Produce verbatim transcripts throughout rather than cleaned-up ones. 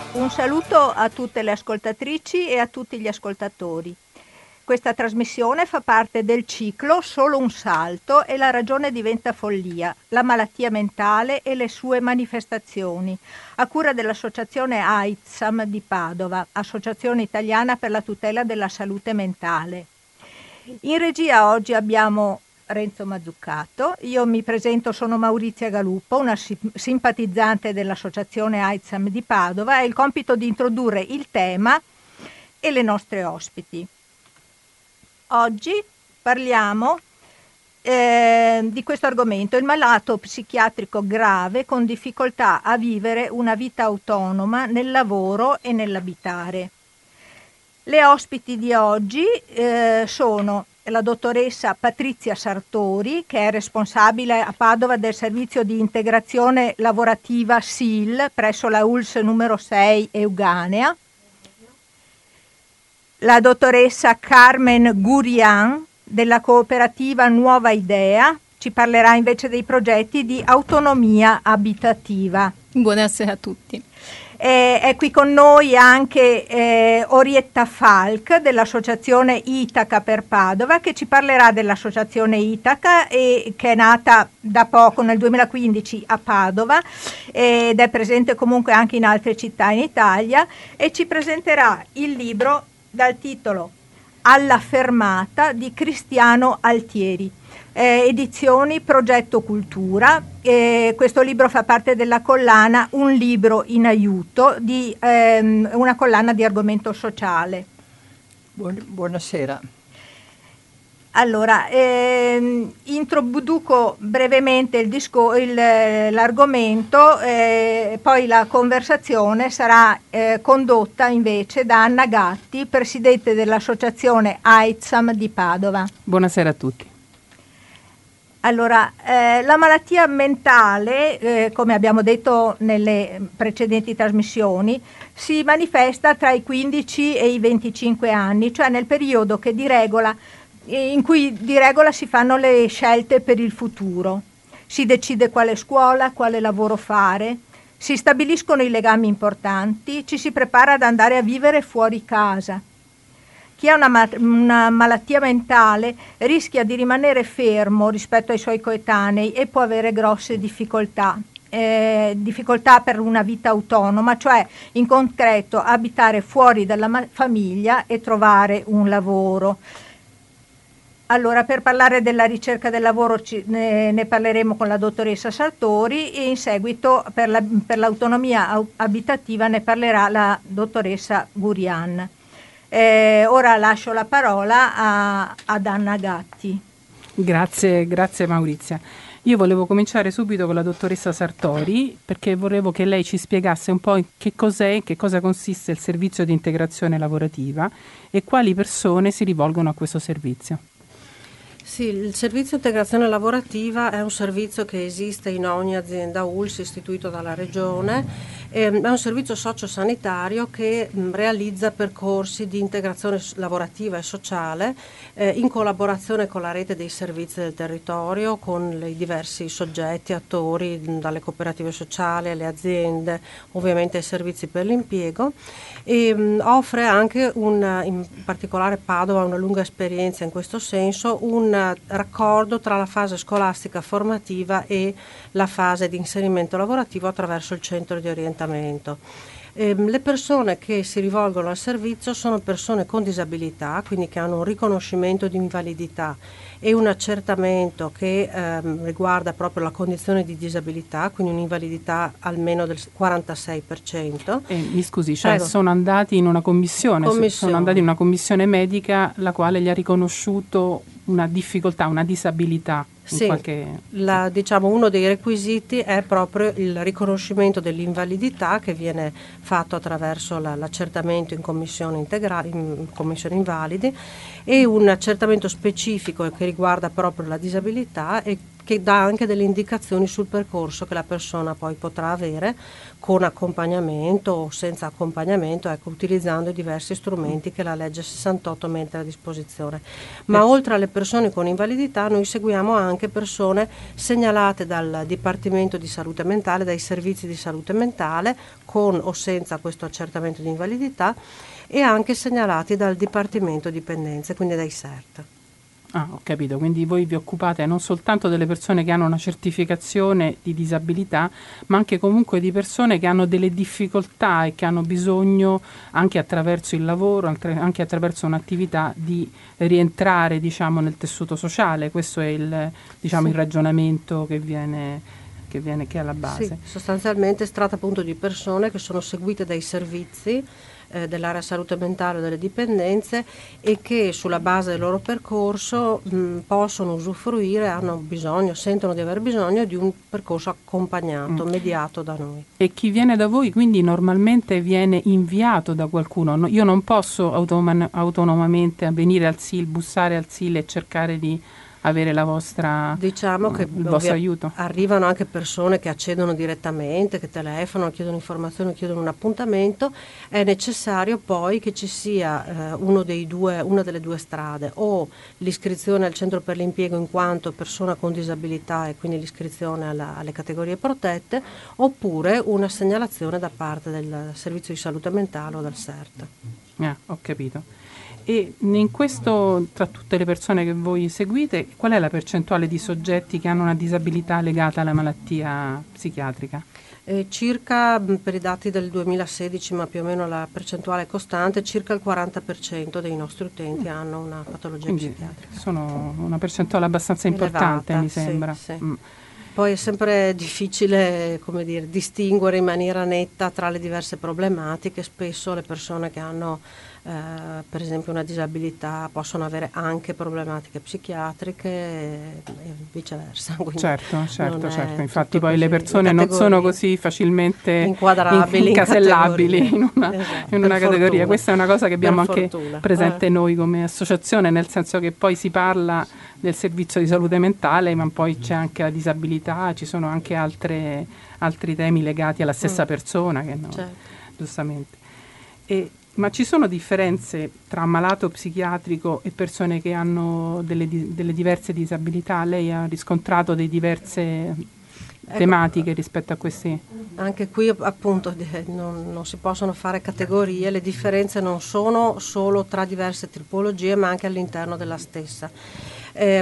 Un saluto a tutte le ascoltatrici e a tutti gli ascoltatori. Questa trasmissione fa parte del ciclo Solo un salto e la ragione diventa follia, la malattia mentale e le sue manifestazioni, a cura dell'associazione AIDSAM di Padova, Associazione Italiana per la tutela della salute mentale. In regia oggi abbiamo Renzo Mazzuccato, io mi presento, sono Maurizia Galuppo, una simpatizzante dell'associazione AIDSAM di Padova e ho il compito di introdurre il tema e le nostre ospiti. Oggi parliamo eh, di questo argomento, il malato psichiatrico grave con difficoltà a vivere una vita autonoma nel lavoro e nell'abitare. Le ospiti di oggi eh, sono la dottoressa Patrizia Sartori, che è responsabile a Padova del servizio di integrazione lavorativa S I L presso la U L S numero sei Euganea, la dottoressa Carmen Gurian della cooperativa Nuova Idea, ci parlerà invece dei progetti di autonomia abitativa. Buonasera a tutti. Eh, è qui con noi anche eh, Orietta Falk dell'associazione Itaca per Padova, che ci parlerà dell'associazione Itaca e che è nata da poco nel duemilaquindici a Padova ed è presente comunque anche in altre città in Italia, e ci presenterà il libro dal titolo Alla fermata di Cristiano Altieri. Eh, edizioni Progetto Cultura. Eh, questo libro fa parte della collana Un libro in aiuto, di ehm, una collana di argomento sociale. Buon, buonasera. Allora, ehm, introduco brevemente il disco, il, l'argomento, eh, poi la conversazione sarà eh, condotta invece da Anna Gatti, presidente dell'associazione AIDSAM di Padova. Buonasera a tutti. Allora, eh, la malattia mentale, eh, come abbiamo detto nelle precedenti trasmissioni, si manifesta tra i quindici e i venticinque anni, cioè nel periodo che di regola, in cui di regola si fanno le scelte per il futuro. Si decide quale scuola, quale lavoro fare, si stabiliscono i legami importanti, ci si prepara ad andare a vivere fuori casa. Chi ha una, ma- una malattia mentale rischia di rimanere fermo rispetto ai suoi coetanei e può avere grosse difficoltà. Eh, difficoltà per una vita autonoma, cioè in concreto abitare fuori dalla ma- famiglia e trovare un lavoro. Allora, per parlare della ricerca del lavoro ci, ne, ne parleremo con la dottoressa Sartori e in seguito per, la, per l'autonomia au- abitativa ne parlerà la dottoressa Gurian. Eh, ora lascio la parola a, ad Anna Gatti. Grazie, grazie Maurizia. Io volevo cominciare subito con la dottoressa Sartori perché volevo che lei ci spiegasse un po' in che cos'è, in che cosa consiste il servizio di integrazione lavorativa e quali persone si rivolgono a questo servizio. Sì, il servizio di integrazione lavorativa è un servizio che esiste in ogni azienda U L S istituito dalla Regione. È un servizio sociosanitario che realizza percorsi di integrazione lavorativa e sociale eh, in collaborazione con la rete dei servizi del territorio, con i diversi soggetti, attori, dalle cooperative sociali alle aziende, ovviamente ai servizi per l'impiego, e mh, offre anche, un, in particolare Padova ha una lunga esperienza in questo senso, un raccordo tra la fase scolastica formativa e la fase di inserimento lavorativo attraverso il centro di orientamento. Eh, le persone che si rivolgono al servizio sono persone con disabilità, quindi che hanno un riconoscimento di invalidità e un accertamento che ehm, riguarda proprio la condizione di disabilità, quindi un'invalidità almeno del quarantasei per cento. Eh, mi scusi, cioè Prego. sono andati in una commissione, Commissione. sono andati in una commissione medica la quale gli ha riconosciuto una difficoltà, una disabilità. In Sì, qualche... la, diciamo uno dei requisiti è proprio il riconoscimento dell'invalidità che viene fatto attraverso la, l'accertamento in commissione integrale, in commissione invalidi, e un accertamento specifico che riguarda proprio la disabilità e che dà anche delle indicazioni sul percorso che la persona poi potrà avere con accompagnamento o senza accompagnamento, ecco, utilizzando i diversi strumenti che la legge sessantotto mette a disposizione. Ma eh. oltre alle persone con invalidità noi seguiamo anche persone segnalate dal Dipartimento di Salute Mentale, dai servizi di salute mentale, con o senza questo accertamento di invalidità, e anche segnalati dal Dipartimento Dipendenze, quindi dai S E R T. Ah, ho capito, quindi voi vi occupate non soltanto delle persone che hanno una certificazione di disabilità, ma anche comunque di persone che hanno delle difficoltà e che hanno bisogno, anche attraverso il lavoro, anche attraverso un'attività, di rientrare, diciamo, nel tessuto sociale. Questo è il, diciamo, sì. il ragionamento che viene, che viene che è alla base. Sì, sostanzialmente si tratta appunto di persone che sono seguite dai servizi Eh, dell'area salute mentale o delle dipendenze e che sulla base del loro percorso mh, possono usufruire, hanno bisogno, sentono di aver bisogno di un percorso accompagnato, mm. mediato da noi. E chi viene da voi quindi normalmente viene inviato da qualcuno? No, io non posso autonom- autonomamente venire al S I L, bussare al S I L e cercare di avere la vostra, diciamo che il vostro aiuto. Arrivano anche persone che accedono direttamente, che telefonano, chiedono informazioni, chiedono un appuntamento. È necessario poi che ci sia eh, uno dei due, una delle due strade, o l'iscrizione al centro per l'impiego in quanto persona con disabilità e quindi l'iscrizione alla, alle categorie protette, oppure una segnalazione da parte del servizio di salute mentale o del S E R T. Ah, ho capito. E in questo, tra tutte le persone che voi seguite, qual è la percentuale di soggetti che hanno una disabilità legata alla malattia psichiatrica? Eh, circa, per i dati del duemilasedici, ma più o meno la percentuale è costante, circa il quaranta per cento dei nostri utenti hanno una patologia Quindi psichiatrica. Sono una percentuale abbastanza importante, elevata, mi sembra. Sì, sì. Mm. Poi è sempre difficile, come dire, distinguere in maniera netta tra le diverse problematiche. Spesso le persone che hanno eh, per esempio una disabilità possono avere anche problematiche psichiatriche e, e viceversa. Quindi certo, certo, certo. Infatti poi così, le persone non sono così facilmente inquadrabili, incasellabili in, in una, esatto, in una categoria. Fortuna. Questa è una cosa che abbiamo per anche fortuna. presente eh. noi come associazione, nel senso che poi si parla del servizio di salute mentale, ma poi c'è anche la disabilità, ci sono anche altre, altri temi legati alla stessa mm. persona, che no, certo. giustamente. E, ma ci sono differenze tra malato psichiatrico e persone che hanno delle, delle diverse disabilità? Lei ha riscontrato delle diverse ecco, tematiche rispetto a questi? Anche qui appunto non, non si possono fare categorie, le differenze non sono solo tra diverse tipologie ma anche all'interno della stessa. Eh,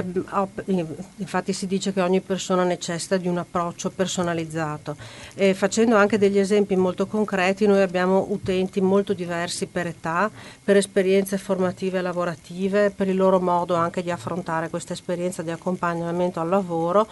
infatti si dice che ogni persona necessita di un approccio personalizzato. Eh, facendo anche degli esempi molto concreti, noi abbiamo utenti molto diversi per età, per esperienze formative e lavorative, per il loro modo anche di affrontare questa esperienza di accompagnamento al lavoro,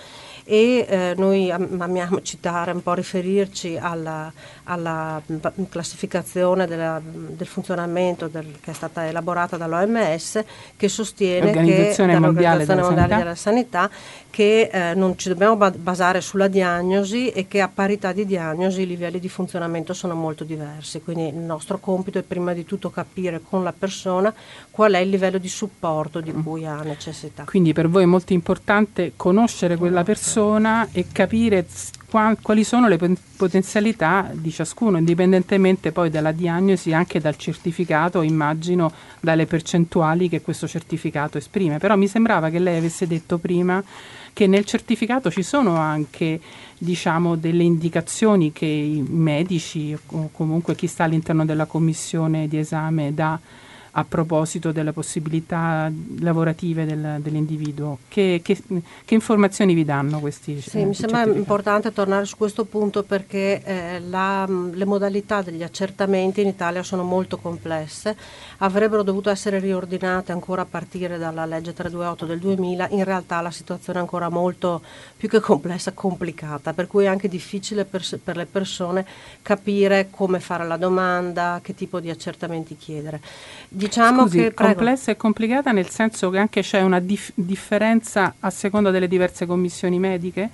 e eh, noi am- amiamo citare, un po' riferirci alla, alla classificazione della, del funzionamento del, che è stata elaborata dall'O M S, che sostiene che Mondiale della Mondiale della Sanità che eh, non ci dobbiamo ba- basare sulla diagnosi e che a parità di diagnosi i livelli di funzionamento sono molto diversi, quindi il nostro compito è prima di tutto capire con la persona qual è il livello di supporto di cui ha necessità. Quindi per voi è molto importante conoscere quella persona e capire qua- quali sono le potenzialità di ciascuno, indipendentemente poi dalla diagnosi, anche dal certificato, immagino dalle percentuali che questo certificato esprime. Però mi sembrava che lei avesse detto prima che nel certificato ci sono anche, diciamo, delle indicazioni che i medici o comunque chi sta all'interno della commissione di esame dà a proposito delle possibilità lavorative del, dell'individuo. Che, che, che informazioni vi danno questi? Sì, eh, mi sembra importante tornare su questo punto perché eh, la, le modalità degli accertamenti in Italia sono molto complesse, avrebbero dovuto essere riordinate ancora a partire dalla legge trecentoventotto del duemila. In realtà la situazione è ancora molto più che complessa, complicata, per cui è anche difficile per, per le persone capire come fare la domanda, che tipo di accertamenti chiedere. Diciamo Scusi, che complessa e complicata nel senso che anche c'è una dif- differenza a seconda delle diverse commissioni mediche?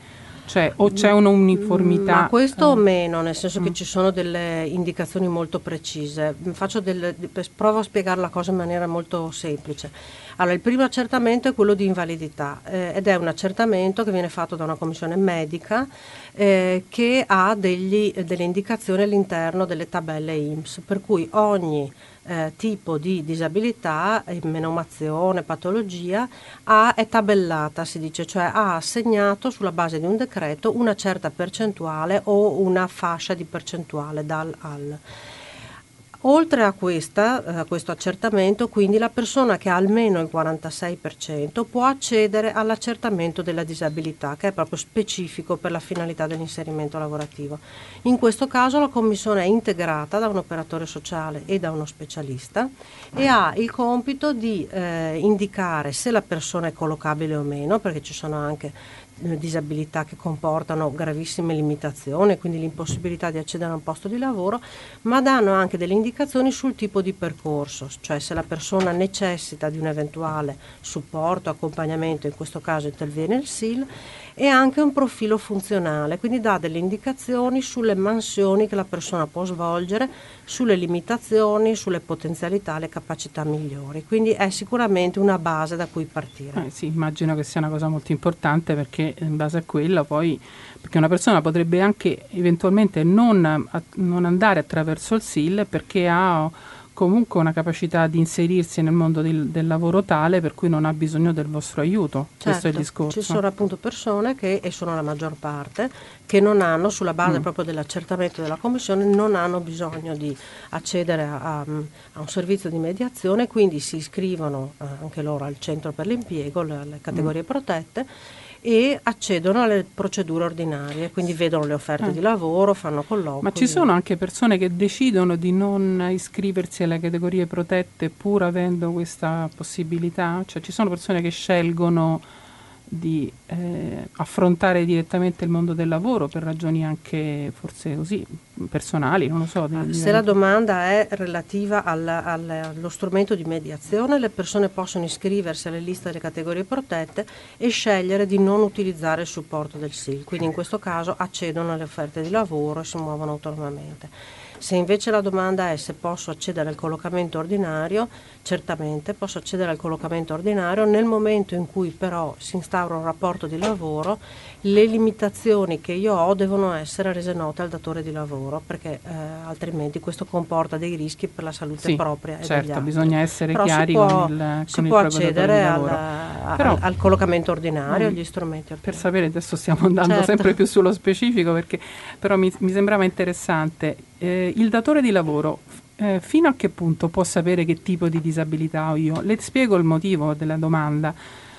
Cioè, o c'è un'uniformità? Ma questo eh. meno, nel senso Mm. che ci sono delle indicazioni molto precise. Faccio del, provo a spiegare la cosa in maniera molto semplice. Allora, il primo accertamento è quello di invalidità eh, ed è un accertamento che viene fatto da una commissione medica eh, che ha degli, delle indicazioni all'interno delle tabelle I N P S, per cui ogni eh, tipo di disabilità, eh, menomazione, patologia, ha, è tabellata, si dice, cioè ha assegnato sulla base di un decreto una certa percentuale o una fascia di percentuale dal al. Oltre a, questa, a questo accertamento, quindi la persona che ha almeno il quarantasei per cento può accedere all'accertamento della disabilità, che è proprio specifico per la finalità dell'inserimento lavorativo. In questo caso la commissione è integrata da un operatore sociale e da uno specialista e ha il compito di eh, indicare se la persona è collocabile o meno, perché ci sono anche disabilità che comportano gravissime limitazioni, quindi l'impossibilità di accedere a un posto di lavoro, ma danno anche delle indicazioni sul tipo di percorso, cioè se la persona necessita di un eventuale supporto, accompagnamento, in questo caso interviene il S I L, e anche un profilo funzionale, quindi dà delle indicazioni sulle mansioni che la persona può svolgere, sulle limitazioni, sulle potenzialità, le capacità migliori. Quindi è sicuramente una base da cui partire. Eh sì, immagino che sia una cosa molto importante, perché in base a quella poi, perché una persona potrebbe anche eventualmente non, a, non andare attraverso il S I L perché ha comunque una capacità di inserirsi nel mondo del, del lavoro tale per cui non ha bisogno del vostro aiuto. Certo, questo è il discorso. Ci sono appunto persone che, e sono la maggior parte, che non hanno, sulla base mm. proprio dell'accertamento della commissione, non hanno bisogno di accedere a, a, a un servizio di mediazione, quindi si iscrivono eh, anche loro al centro per l'impiego, le, le categorie mm. protette, e accedono alle procedure ordinarie, quindi vedono le offerte eh. di lavoro, fanno colloqui. Ma ci sono anche persone che decidono di non iscriversi alle categorie protette pur avendo questa possibilità? Cioè ci sono persone che scelgono di eh, affrontare direttamente il mondo del lavoro per ragioni anche forse così personali, non lo so. Ah, se la domanda è relativa al, al, allo strumento di mediazione, le persone possono iscriversi alle liste delle categorie protette e scegliere di non utilizzare il supporto del S I L, quindi in questo caso accedono alle offerte di lavoro e si muovono autonomamente. Se invece la domanda è se posso accedere al collocamento ordinario, certamente posso accedere al collocamento ordinario nel momento in cui però si instaura un rapporto di lavoro, le limitazioni che io ho devono essere rese note al datore di lavoro, perché eh, altrimenti questo comporta dei rischi per la salute sì, propria e certo, degli altri. Bisogna essere però chiari può, con il, si con può il proprio accedere datore di al, lavoro. al, Però, al collocamento ordinario, mm, agli strumenti ordinari. Per sapere, adesso stiamo andando certo. sempre più sullo specifico, perché però mi, mi sembrava interessante. Eh, il datore di lavoro eh, fino a che punto può sapere che tipo di disabilità ho io? Le spiego il motivo della domanda.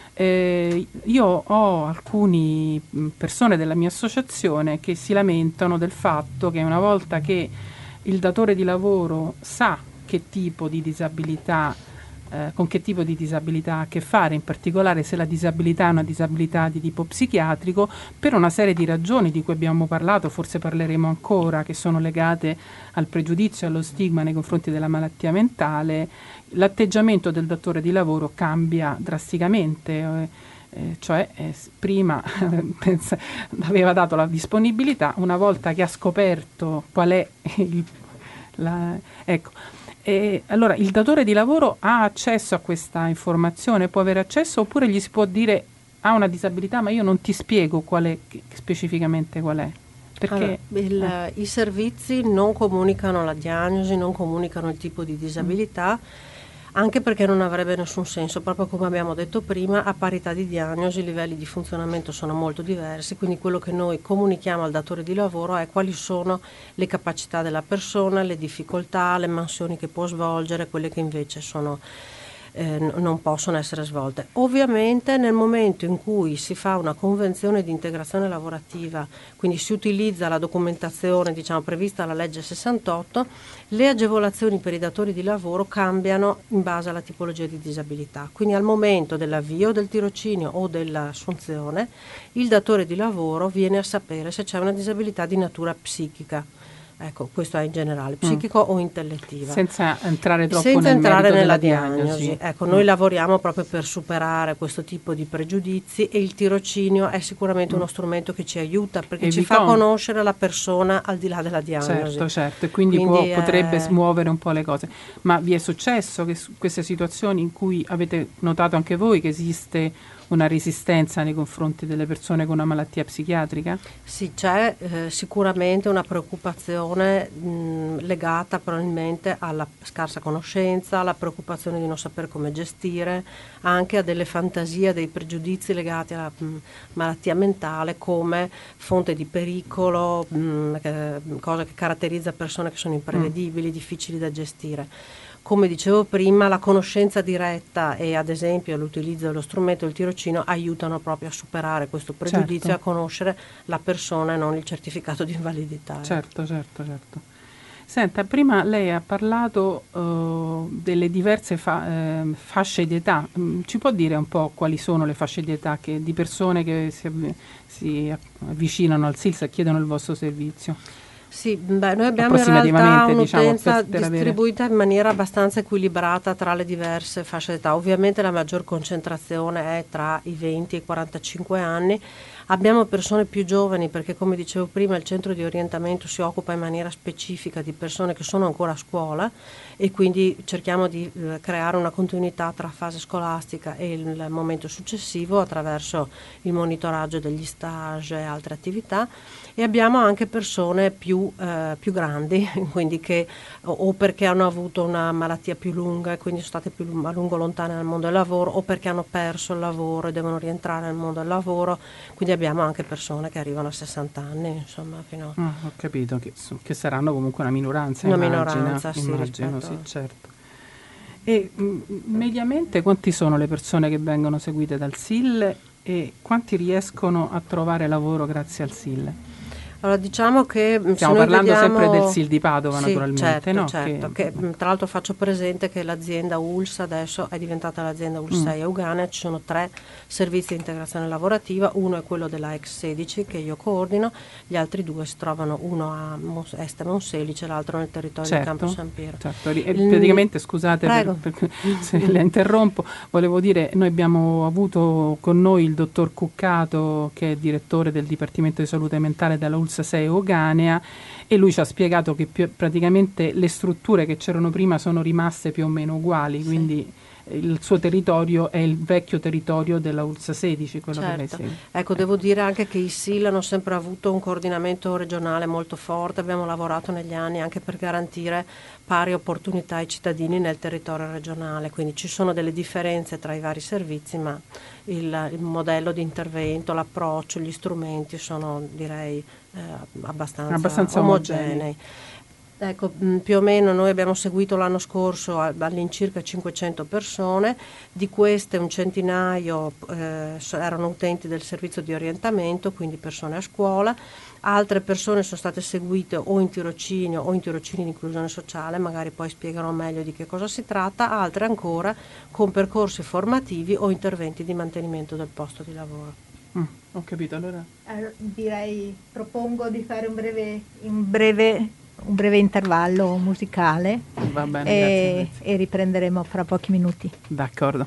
Eh, io ho alcune persone della mia associazione che si lamentano del fatto che una volta che il datore di lavoro sa che tipo di disabilità Eh, con che tipo di disabilità ha a che fare, in particolare se la disabilità è una disabilità di tipo psichiatrico, per una serie di ragioni di cui abbiamo parlato, forse parleremo ancora, che sono legate al pregiudizio e allo stigma nei confronti della malattia mentale, l'atteggiamento del datore di lavoro cambia drasticamente. Eh, eh, cioè eh, prima pensa, aveva dato la disponibilità, una volta che ha scoperto qual è il la, ecco E allora il datore di lavoro ha accesso a questa informazione, può avere accesso, oppure gli si può dire ha una disabilità ma io non ti spiego qual è, specificamente qual è? Perché allora, il, eh. i servizi non comunicano la diagnosi, non comunicano il tipo di disabilità, mm. anche perché non avrebbe nessun senso, proprio come abbiamo detto prima, a parità di diagnosi i livelli di funzionamento sono molto diversi, quindi quello che noi comunichiamo al datore di lavoro è quali sono le capacità della persona, le difficoltà, le mansioni che può svolgere, quelle che invece sono Eh, non possono essere svolte. Ovviamente nel momento in cui si fa una convenzione di integrazione lavorativa, quindi si utilizza la documentazione diciamo prevista dalla legge sessantotto, le agevolazioni per i datori di lavoro cambiano in base alla tipologia di disabilità. Quindi al momento dell'avvio del tirocinio o dell'assunzione il datore di lavoro viene a sapere se c'è una disabilità di natura psichica. Ecco, questo è in generale, psichico mm. o intellettiva. Senza entrare troppo Senza nel entrare merito nella della diagnosi. diagnosi. Ecco, noi mm. lavoriamo proprio per superare questo tipo di pregiudizi e il tirocinio è sicuramente mm. uno strumento che ci aiuta perché e ci fa con... conoscere la persona al di là della diagnosi. Certo, certo, e quindi, quindi può, è... potrebbe smuovere un po' le cose. Ma vi è successo che queste situazioni in cui avete notato anche voi che esiste una resistenza nei confronti delle persone con una malattia psichiatrica? Sì, c'è eh, sicuramente una preoccupazione mh, legata probabilmente alla scarsa conoscenza, alla preoccupazione di non sapere come gestire, anche a delle fantasie, dei pregiudizi legati alla mh, malattia mentale come fonte di pericolo, mh, che, cosa che caratterizza persone che sono imprevedibili, mm. difficili da gestire. Come dicevo prima, la conoscenza diretta e ad esempio l'utilizzo dello strumento del tirocinio aiutano proprio a superare questo pregiudizio, certo. a conoscere la persona e non il certificato di invalidità. Certo, certo, certo. Senta, prima lei ha parlato uh, delle diverse fa- eh, fasce di età. Mm, ci può dire un po' quali sono le fasce di età che, di persone che si, avv- si avvicinano al S I L S e chiedono il vostro servizio? Sì, beh, noi abbiamo in realtà un'utenza diciamo, per, per distribuita avere... in maniera abbastanza equilibrata tra le diverse fasce d'età. Ovviamente la maggior concentrazione è tra i venti e i quarantacinque anni. Abbiamo persone più giovani perché, come dicevo prima, il centro di orientamento si occupa in maniera specifica di persone che sono ancora a scuola e quindi cerchiamo di eh, creare una continuità tra fase scolastica e il, il momento successivo attraverso il monitoraggio degli stage e altre attività. E abbiamo anche persone più, eh, più grandi, quindi che o, o perché hanno avuto una malattia più lunga e quindi sono state più a lungo lontane dal mondo del lavoro o perché hanno perso il lavoro e devono rientrare nel mondo del lavoro. Quindi abbiamo anche persone che arrivano a sessanta anni, insomma, fino a... Ah, ho capito, che, che saranno comunque una minoranza, una immagina, minoranza, sì, immagino, rispetto... sì, certo. E mh, mediamente quanti sono le persone che vengono seguite dal S I L e quanti riescono a trovare lavoro grazie al S I L? Allora diciamo che stiamo parlando vediamo... sempre del S I L di Padova, sì, naturalmente, certo, no? certo, che, che tra l'altro faccio presente che l'azienda U L S adesso è diventata l'azienda U L S sei mm. a Euganea, ci sono tre servizi di integrazione lavorativa, uno è quello della Ex sedici che io coordino, gli altri due si trovano uno a Este Monselice e l'altro nel territorio certo, di Campo San Piero. Certo, e praticamente scusate per, per, se le interrompo, volevo dire, noi abbiamo avuto con noi il dottor Cuccato che è direttore del Dipartimento di Salute Mentale della U L S sei Euganea e lui ci ha spiegato che più, praticamente le strutture che c'erano prima sono rimaste più o meno uguali, sì. Quindi il suo territorio è il vecchio territorio della U L S sedici, quello certo. che lei segue. Ecco, devo dire anche che i S I L hanno sempre avuto un coordinamento regionale molto forte, abbiamo lavorato negli anni anche per garantire pari opportunità ai cittadini nel territorio regionale, quindi ci sono delle differenze tra i vari servizi, ma il, il modello di intervento, l'approccio, gli strumenti sono, direi, eh, abbastanza, abbastanza omogenei. omogenei. Ecco, mh, più o meno noi abbiamo seguito l'anno scorso a, all'incirca cinquecento persone, di queste un centinaio eh, erano utenti del servizio di orientamento, quindi persone a scuola, altre persone sono state seguite o in tirocinio o in tirocini di inclusione sociale, magari poi spiegano meglio di che cosa si tratta, altre ancora con percorsi formativi o interventi di mantenimento del posto di lavoro. Mm, ho capito, allora. allora direi, propongo di fare un breve, un breve un breve intervallo musicale. Va bene, e, grazie, grazie. E riprenderemo fra pochi minuti. D'accordo.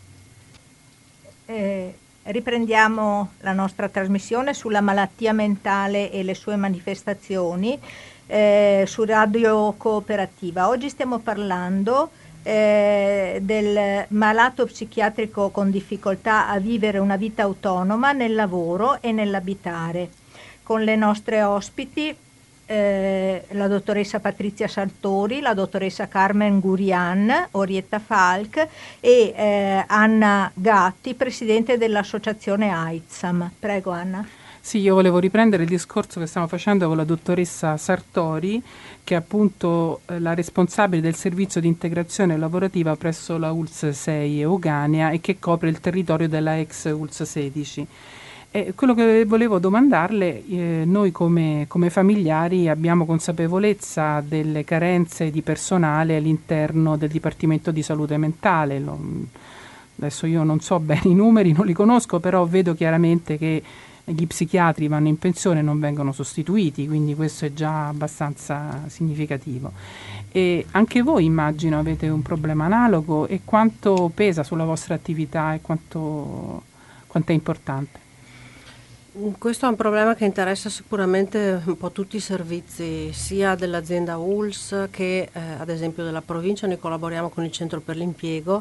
Eh, riprendiamo la nostra trasmissione sulla malattia mentale e le sue manifestazioni eh, su Radio Cooperativa. Oggi stiamo parlando eh, del malato psichiatrico con difficoltà a vivere una vita autonoma nel lavoro e nell'abitare, con le nostre ospiti Eh, la dottoressa Patrizia Sartori, la dottoressa Carmen Gurian, Orietta Falk e eh, Anna Gatti, presidente dell'associazione AIDSAM. Prego Anna. Sì, io volevo riprendere il discorso che stiamo facendo con la dottoressa Sartori, che è appunto eh, la responsabile del servizio di integrazione lavorativa presso la U L S sei Euganea e che copre il territorio della ex U L S sedici. E quello che volevo domandarle, eh, noi come, come familiari abbiamo consapevolezza delle carenze di personale all'interno del Dipartimento di Salute Mentale. Lo, adesso io non so bene i numeri, non li conosco, però vedo chiaramente che gli psichiatri vanno in pensione e non vengono sostituiti, quindi questo è già abbastanza significativo. E anche voi immagino avete un problema analogo, e quanto pesa sulla vostra attività e quanto, quanto è importante? Questo è un problema che interessa sicuramente un po' tutti i servizi, sia dell'azienda U L S che eh, ad esempio della provincia. Noi collaboriamo con il Centro per l'Impiego,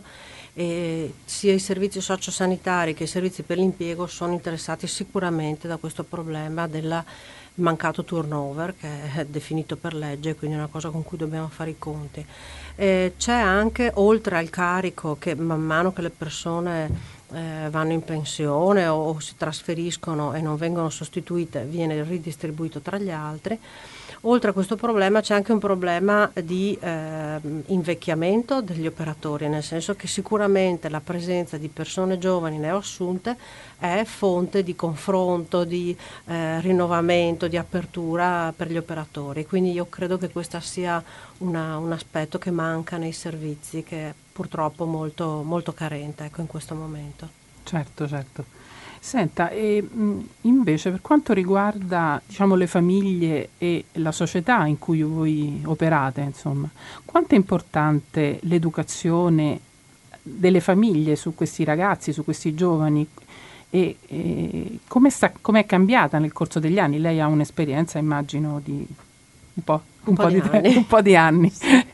e sia i servizi sociosanitari che i servizi per l'impiego sono interessati sicuramente da questo problema del mancato turnover, che è definito per legge, quindi è una cosa con cui dobbiamo fare i conti. Eh, c'è anche, oltre al carico che man mano che le persone Eh, vanno in pensione o, o si trasferiscono e non vengono sostituite, viene ridistribuito tra gli altri. Oltre a questo problema c'è anche un problema di eh, invecchiamento degli operatori, nel senso che sicuramente la presenza di persone giovani neoassunte è fonte di confronto, di eh, rinnovamento, di apertura per gli operatori. Quindi io credo che questo sia una, un aspetto che manca nei servizi, che è purtroppo molto, molto carente, ecco, in questo momento. Certo, certo. Senta, e mh, invece per quanto riguarda, diciamo, le famiglie e la società in cui voi operate, insomma, quanto è importante l'educazione delle famiglie su questi ragazzi, su questi giovani, e, e come sta, com'è cambiata nel corso degli anni? Lei ha un'esperienza, immagino, di un po', un un po', po' di, di anni. un po' di anni.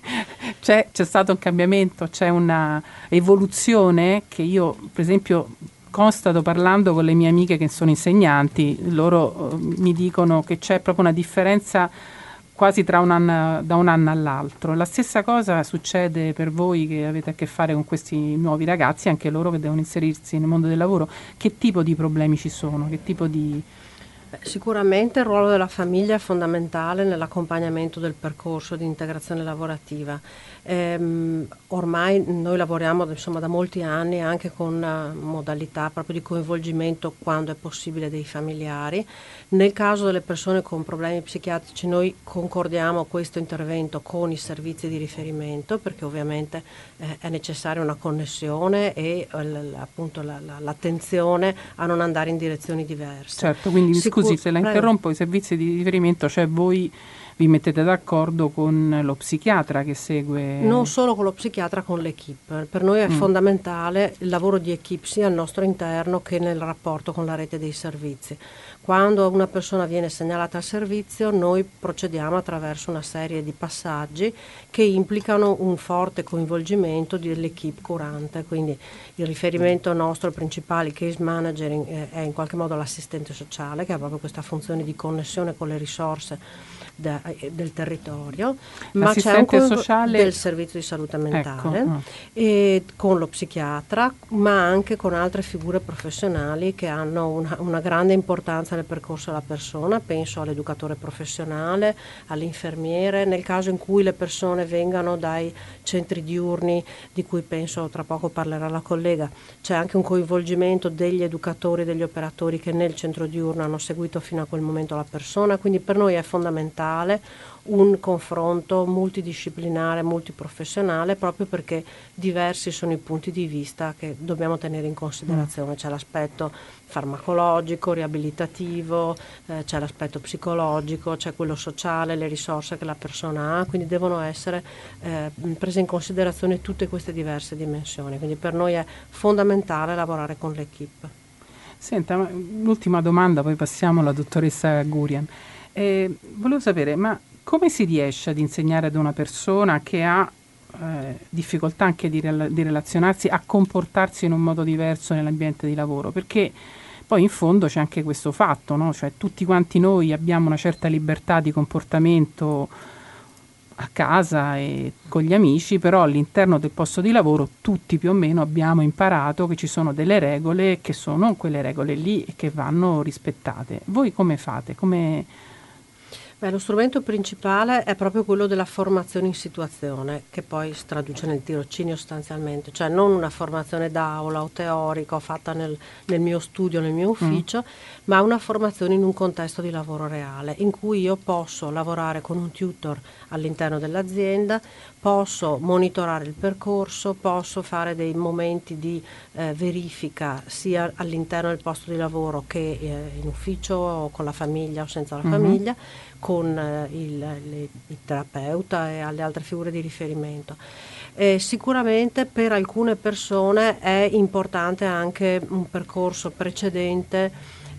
C'è, c'è stato un cambiamento, c'è una evoluzione che io, per esempio, constato parlando con le mie amiche che sono insegnanti. Loro eh, mi dicono che c'è proprio una differenza quasi tra un anno, da un anno all'altro. La stessa cosa succede per voi che avete a che fare con questi nuovi ragazzi, anche loro che devono inserirsi nel mondo del lavoro. Che tipo di problemi ci sono? Che tipo di... Beh, sicuramente il ruolo della famiglia è fondamentale nell'accompagnamento del percorso di integrazione lavorativa. Ehm, ormai noi lavoriamo, insomma, da molti anni anche con uh, modalità proprio di coinvolgimento, quando è possibile, dei familiari. Nel caso delle persone con problemi psichiatrici noi concordiamo questo intervento con i servizi di riferimento, perché ovviamente eh, è necessaria una connessione e eh, l- appunto la- la- l'attenzione a non andare in direzioni diverse. Certo, quindi mi Sicur- scusi se la prego. interrompo, i servizi di riferimento, cioè voi vi mettete d'accordo con lo psichiatra che segue... Non solo con lo psichiatra, con l'equipe. Per noi è Mm. fondamentale il lavoro di equipe sia al nostro interno che nel rapporto con la rete dei servizi. Quando una persona viene segnalata al servizio, noi procediamo attraverso una serie di passaggi che implicano un forte coinvolgimento dell'equipe curante. Quindi il riferimento nostro principale, il case manager, eh, è in qualche modo l'assistente sociale, che ha proprio questa funzione di connessione con le risorse Da, del territorio, ma c'è un coinvol- sociale del servizio di salute mentale, Ecco, ah. e con lo psichiatra, ma anche con altre figure professionali che hanno una, una grande importanza nel percorso della persona. Penso all'educatore professionale, all'infermiere, nel caso in cui le persone vengano dai centri diurni, di cui penso tra poco parlerà la collega. C'è anche un coinvolgimento degli educatori, degli operatori che nel centro diurno hanno seguito fino a quel momento la persona, quindi per noi è fondamentale un confronto multidisciplinare, multiprofessionale, proprio perché diversi sono i punti di vista che dobbiamo tenere in considerazione. C'è l'aspetto farmacologico, riabilitativo, eh, c'è l'aspetto psicologico, c'è quello sociale, le risorse che la persona ha, quindi devono essere eh, prese in considerazione tutte queste diverse dimensioni. Quindi per noi è fondamentale lavorare con l'equipe. Senta, ma l'ultima domanda, poi passiamo alla dottoressa Gurian. Eh, volevo sapere, ma come si riesce ad insegnare ad una persona che ha eh, difficoltà anche di, rela- di relazionarsi, a comportarsi in un modo diverso nell'ambiente di lavoro? Perché poi in fondo c'è anche questo fatto, no? Cioè tutti quanti noi abbiamo una certa libertà di comportamento a casa e con gli amici, però all'interno del posto di lavoro tutti più o meno abbiamo imparato che ci sono delle regole che sono quelle regole lì e che vanno rispettate. Voi come fate? Come... Beh, lo strumento principale è proprio quello della formazione in situazione, che poi si traduce nel tirocinio sostanzialmente, cioè non una formazione d'aula o teorica o fatta nel, nel mio studio, nel mio ufficio, mm. ma una formazione in un contesto di lavoro reale, in cui io posso lavorare con un tutor all'interno dell'azienda, posso monitorare il percorso, posso fare dei momenti di eh, verifica sia all'interno del posto di lavoro che eh, in ufficio o con la famiglia o senza la mm-hmm. famiglia, con eh, il, le, il terapeuta e alle altre figure di riferimento. Eh, sicuramente per alcune persone è importante anche un percorso precedente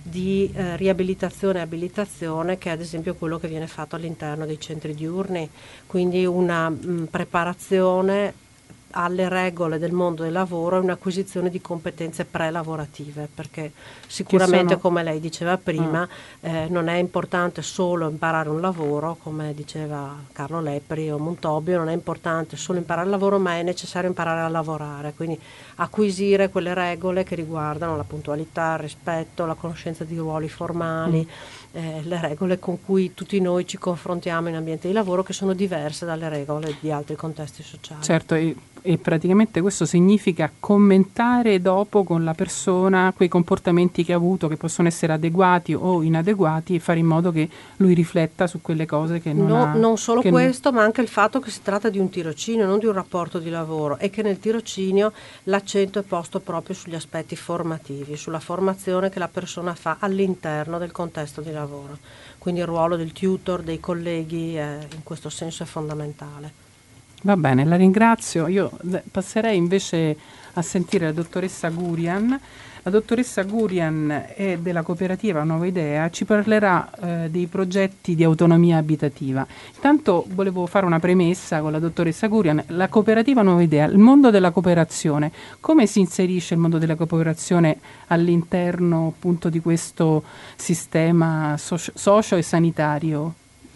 di eh, riabilitazione e abilitazione, che è ad esempio quello che viene fatto all'interno dei centri diurni, quindi una mh, preparazione alle regole del mondo del lavoro e un'acquisizione di competenze pre-lavorative, perché sicuramente, sono... come lei diceva prima, mm. eh, non è importante solo imparare un lavoro, come diceva Carlo Lepri o Montobio, non è importante solo imparare il lavoro, ma è necessario imparare a lavorare, quindi acquisire quelle regole che riguardano la puntualità, il rispetto, la conoscenza di ruoli formali, mm. eh, le regole con cui tutti noi ci confrontiamo in ambiente di lavoro, che sono diverse dalle regole di altri contesti sociali. Certo, e E praticamente questo significa commentare dopo con la persona quei comportamenti che ha avuto, che possono essere adeguati o inadeguati, e fare in modo che lui rifletta su quelle cose che non no, ha. Non solo questo, non... ma anche il fatto che si tratta di un tirocinio, non di un rapporto di lavoro, e che nel tirocinio l'accento è posto proprio sugli aspetti formativi, sulla formazione che la persona fa all'interno del contesto di lavoro. Quindi il ruolo del tutor, dei colleghi, è, in questo senso è fondamentale. Va bene, la ringrazio. Io passerei invece a sentire la dottoressa Gurian. La dottoressa Gurian è della cooperativa Nuova Idea, ci parlerà eh, dei progetti di autonomia abitativa. Intanto volevo fare una premessa con la dottoressa Gurian. La cooperativa Nuova Idea, il mondo della cooperazione, come si inserisce il mondo della cooperazione all'interno appunto di questo sistema socio, socio e sanitario?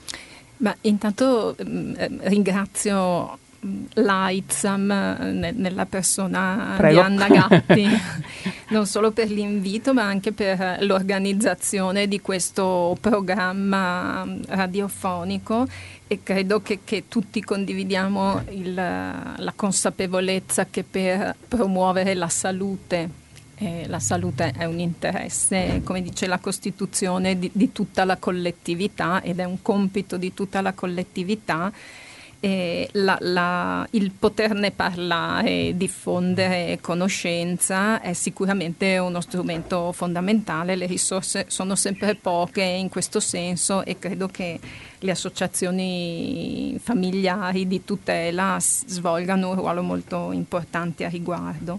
Ma intanto eh, ringrazio l'A I Z A M ne, nella persona Prego. di Anna Gatti non solo per l'invito ma anche per l'organizzazione di questo programma radiofonico, e credo che, che tutti condividiamo il, la consapevolezza che per promuovere la salute Eh, la salute è un interesse, come dice la Costituzione, di, di tutta la collettività, ed è un compito di tutta la collettività. Eh, la, la, il poterne parlare, diffondere conoscenza è sicuramente uno strumento fondamentale. Le risorse sono sempre poche in questo senso, e credo che le associazioni familiari di tutela svolgano un ruolo molto importante a riguardo.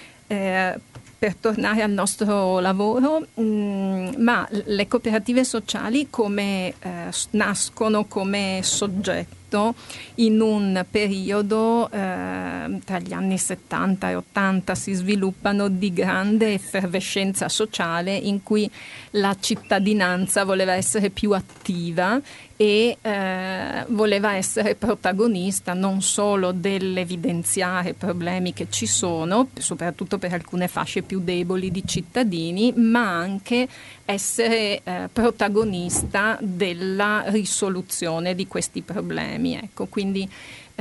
Eh, Per tornare al nostro lavoro, mh, ma le cooperative sociali come eh, nascono come soggetto in un periodo eh, tra gli anni settanta e ottanta, si sviluppano di grande effervescenza sociale, in cui la cittadinanza voleva essere più attiva e eh, voleva essere protagonista non solo dell'evidenziare problemi che ci sono, soprattutto per alcune fasce più deboli di cittadini, ma anche essere eh, protagonista della risoluzione di questi problemi. Ecco, quindi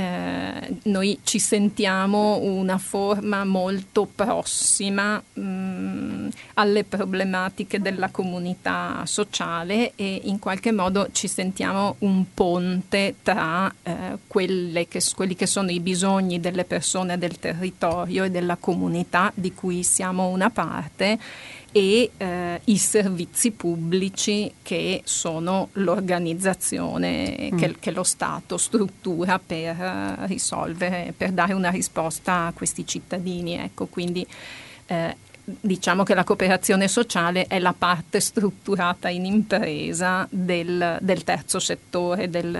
Eh, noi ci sentiamo una forma molto prossima mh, alle problematiche della comunità sociale, e in qualche modo ci sentiamo un ponte tra eh, quelle che, quelli che sono i bisogni delle persone del territorio e della comunità di cui siamo una parte, e eh, i servizi pubblici che sono l'organizzazione mm. che, che lo Stato struttura per uh, risolvere, per dare una risposta a questi cittadini. Ecco, quindi eh, diciamo che la cooperazione sociale è la parte strutturata in impresa del, del terzo settore, del,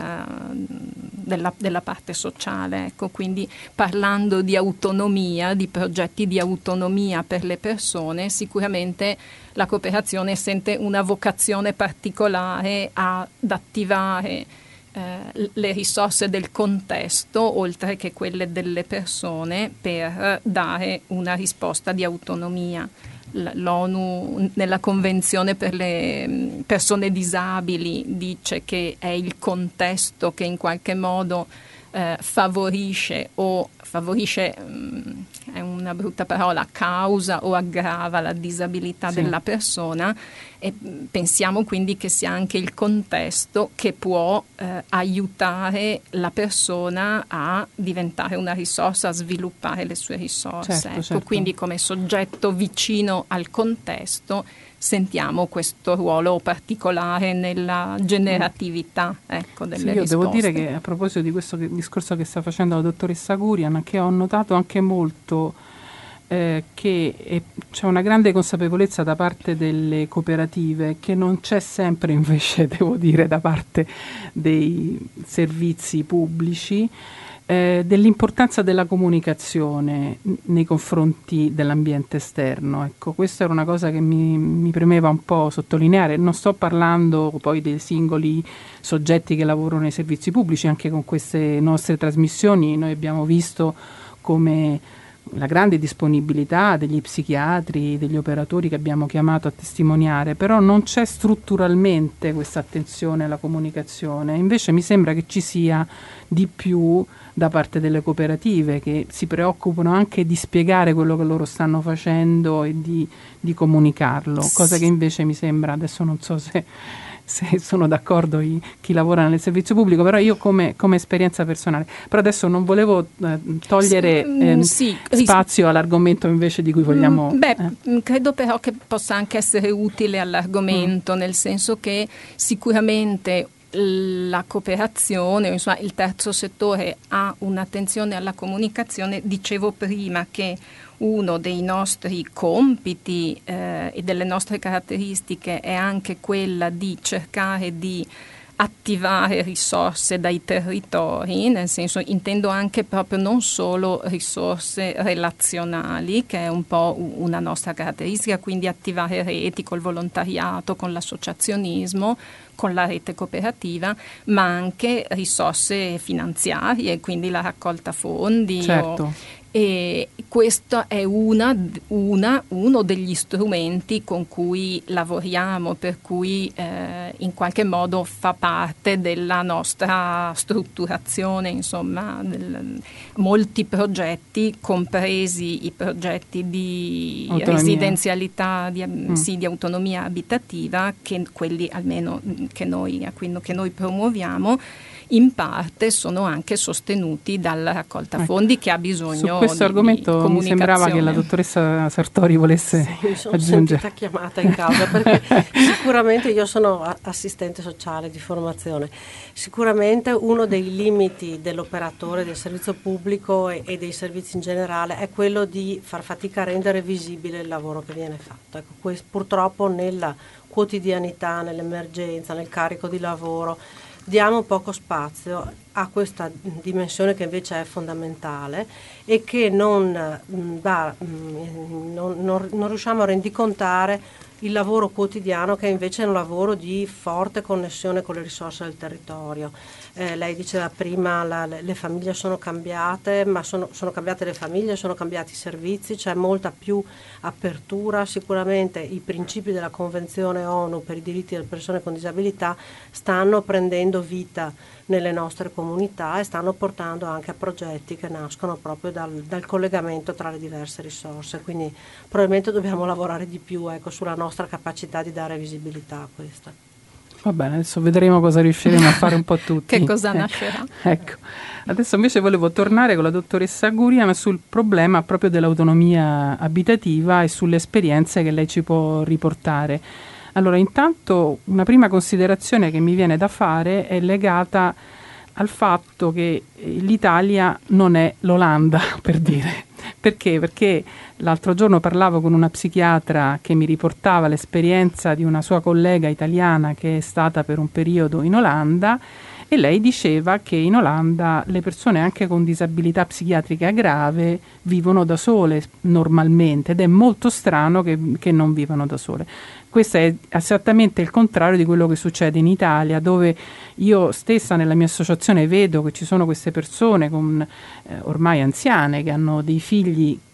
della, della parte sociale. Ecco, quindi parlando di autonomia, di progetti di autonomia per le persone, sicuramente la cooperazione sente una vocazione particolare ad attivare eh, le risorse del contesto, oltre che quelle delle persone, per dare una risposta di autonomia. l'ONU nella Convenzione per le persone disabili dice che è il contesto che in qualche modo eh, favorisce o favorisce mh, è una brutta parola, causa o aggrava la disabilità sì. della persona, e pensiamo quindi che sia anche il contesto che può eh, aiutare la persona a diventare una risorsa, a sviluppare le sue risorse. Certo, ecco, certo. Quindi come soggetto vicino al contesto sentiamo questo ruolo particolare nella generatività ecco, delle sì, io risposte. devo dire che a proposito di questo che, discorso che sta facendo la dottoressa Gurian, che ho notato anche molto eh, che è, c'è una grande consapevolezza da parte delle cooperative, che non c'è sempre invece, devo dire, da parte dei servizi pubblici, Eh, dell'importanza della comunicazione nei confronti dell'ambiente esterno. Ecco, questa era una cosa che mi, mi premeva un po' sottolineare. Non sto parlando poi dei singoli soggetti che lavorano nei servizi pubblici, anche con queste nostre trasmissioni noi abbiamo visto come la grande disponibilità degli psichiatri, degli operatori che abbiamo chiamato a testimoniare, però non c'è strutturalmente questa attenzione alla comunicazione. Invece mi sembra che ci sia di più da parte delle cooperative, che si preoccupano anche di spiegare quello che loro stanno facendo e di, di comunicarlo, cosa che invece mi sembra, adesso non so se, se sono d'accordo i, chi lavora nel servizio pubblico, però io come, come esperienza personale, però adesso non volevo eh, togliere eh, sì, spazio all'argomento invece di cui vogliamo... Beh, eh. credo però che possa anche essere utile all'argomento, mm. nel senso che sicuramente la cooperazione, insomma il terzo settore ha un'attenzione alla comunicazione. Dicevo prima che uno dei nostri compiti eh, e delle nostre caratteristiche è anche quella di cercare di attivare risorse dai territori, nel senso intendo anche proprio non solo risorse relazionali, che è un po' una nostra caratteristica, quindi attivare reti col volontariato, con l'associazionismo, con la rete cooperativa, ma anche risorse finanziarie, quindi la raccolta fondi. Certo. O, e questo è una, una, uno degli strumenti con cui lavoriamo, per cui eh, in qualche modo fa parte della nostra strutturazione, insomma, del, molti progetti, compresi i progetti di autonomia. residenzialità, di, mm. sì, di autonomia abitativa, che quelli almeno che noi, a cui, che noi promuoviamo, in parte sono anche sostenuti dalla raccolta fondi, ecco, che ha bisogno su questo di, argomento di mi sembrava che la dottoressa Sartori volesse sì, mi sono aggiungere. sentita chiamata in causa, perché sicuramente io sono assistente sociale di formazione, sicuramente uno dei limiti dell'operatore del servizio pubblico e, e dei servizi in generale è quello di far fatica a rendere visibile il lavoro che viene fatto. Ecco, questo, purtroppo nella quotidianità, nell'emergenza, nel carico di lavoro diamo poco spazio a questa dimensione che invece è fondamentale e che non, mh, da, mh, non, non, non riusciamo a rendicontare il lavoro quotidiano, che invece è un lavoro di forte connessione con le risorse del territorio. Eh, lei diceva prima la, le, le famiglie sono cambiate, ma sono, sono cambiate le famiglie, sono cambiati i servizi, c'è molta più apertura. Sicuramente i principi della Convenzione ONU per i diritti delle persone con disabilità stanno prendendo vita nelle nostre comunità e stanno portando anche a progetti che nascono proprio dal, dal collegamento tra le diverse risorse, quindi probabilmente dobbiamo lavorare di più, ecco, sulla nostra capacità di dare visibilità a questa. Va bene, adesso vedremo cosa riusciremo a fare un po' tutti. Che cosa nascerà. Eh, ecco. Adesso invece volevo tornare con la dottoressa Gurian sul problema proprio dell'autonomia abitativa e sulle esperienze che lei ci può riportare. Allora, intanto una prima considerazione che mi viene da fare è legata al fatto che l'Italia non è l'Olanda, per dire. Perché? Perché l'altro giorno parlavo con una psichiatra che mi riportava l'esperienza di una sua collega italiana che è stata per un periodo in Olanda, e lei diceva che in Olanda le persone anche con disabilità psichiatrica grave vivono da sole normalmente, ed è molto strano che, che non vivano da sole. Questo è esattamente il contrario di quello che succede in Italia, dove io stessa nella mia associazione vedo che ci sono queste persone con, eh, ormai anziane, che hanno dei figli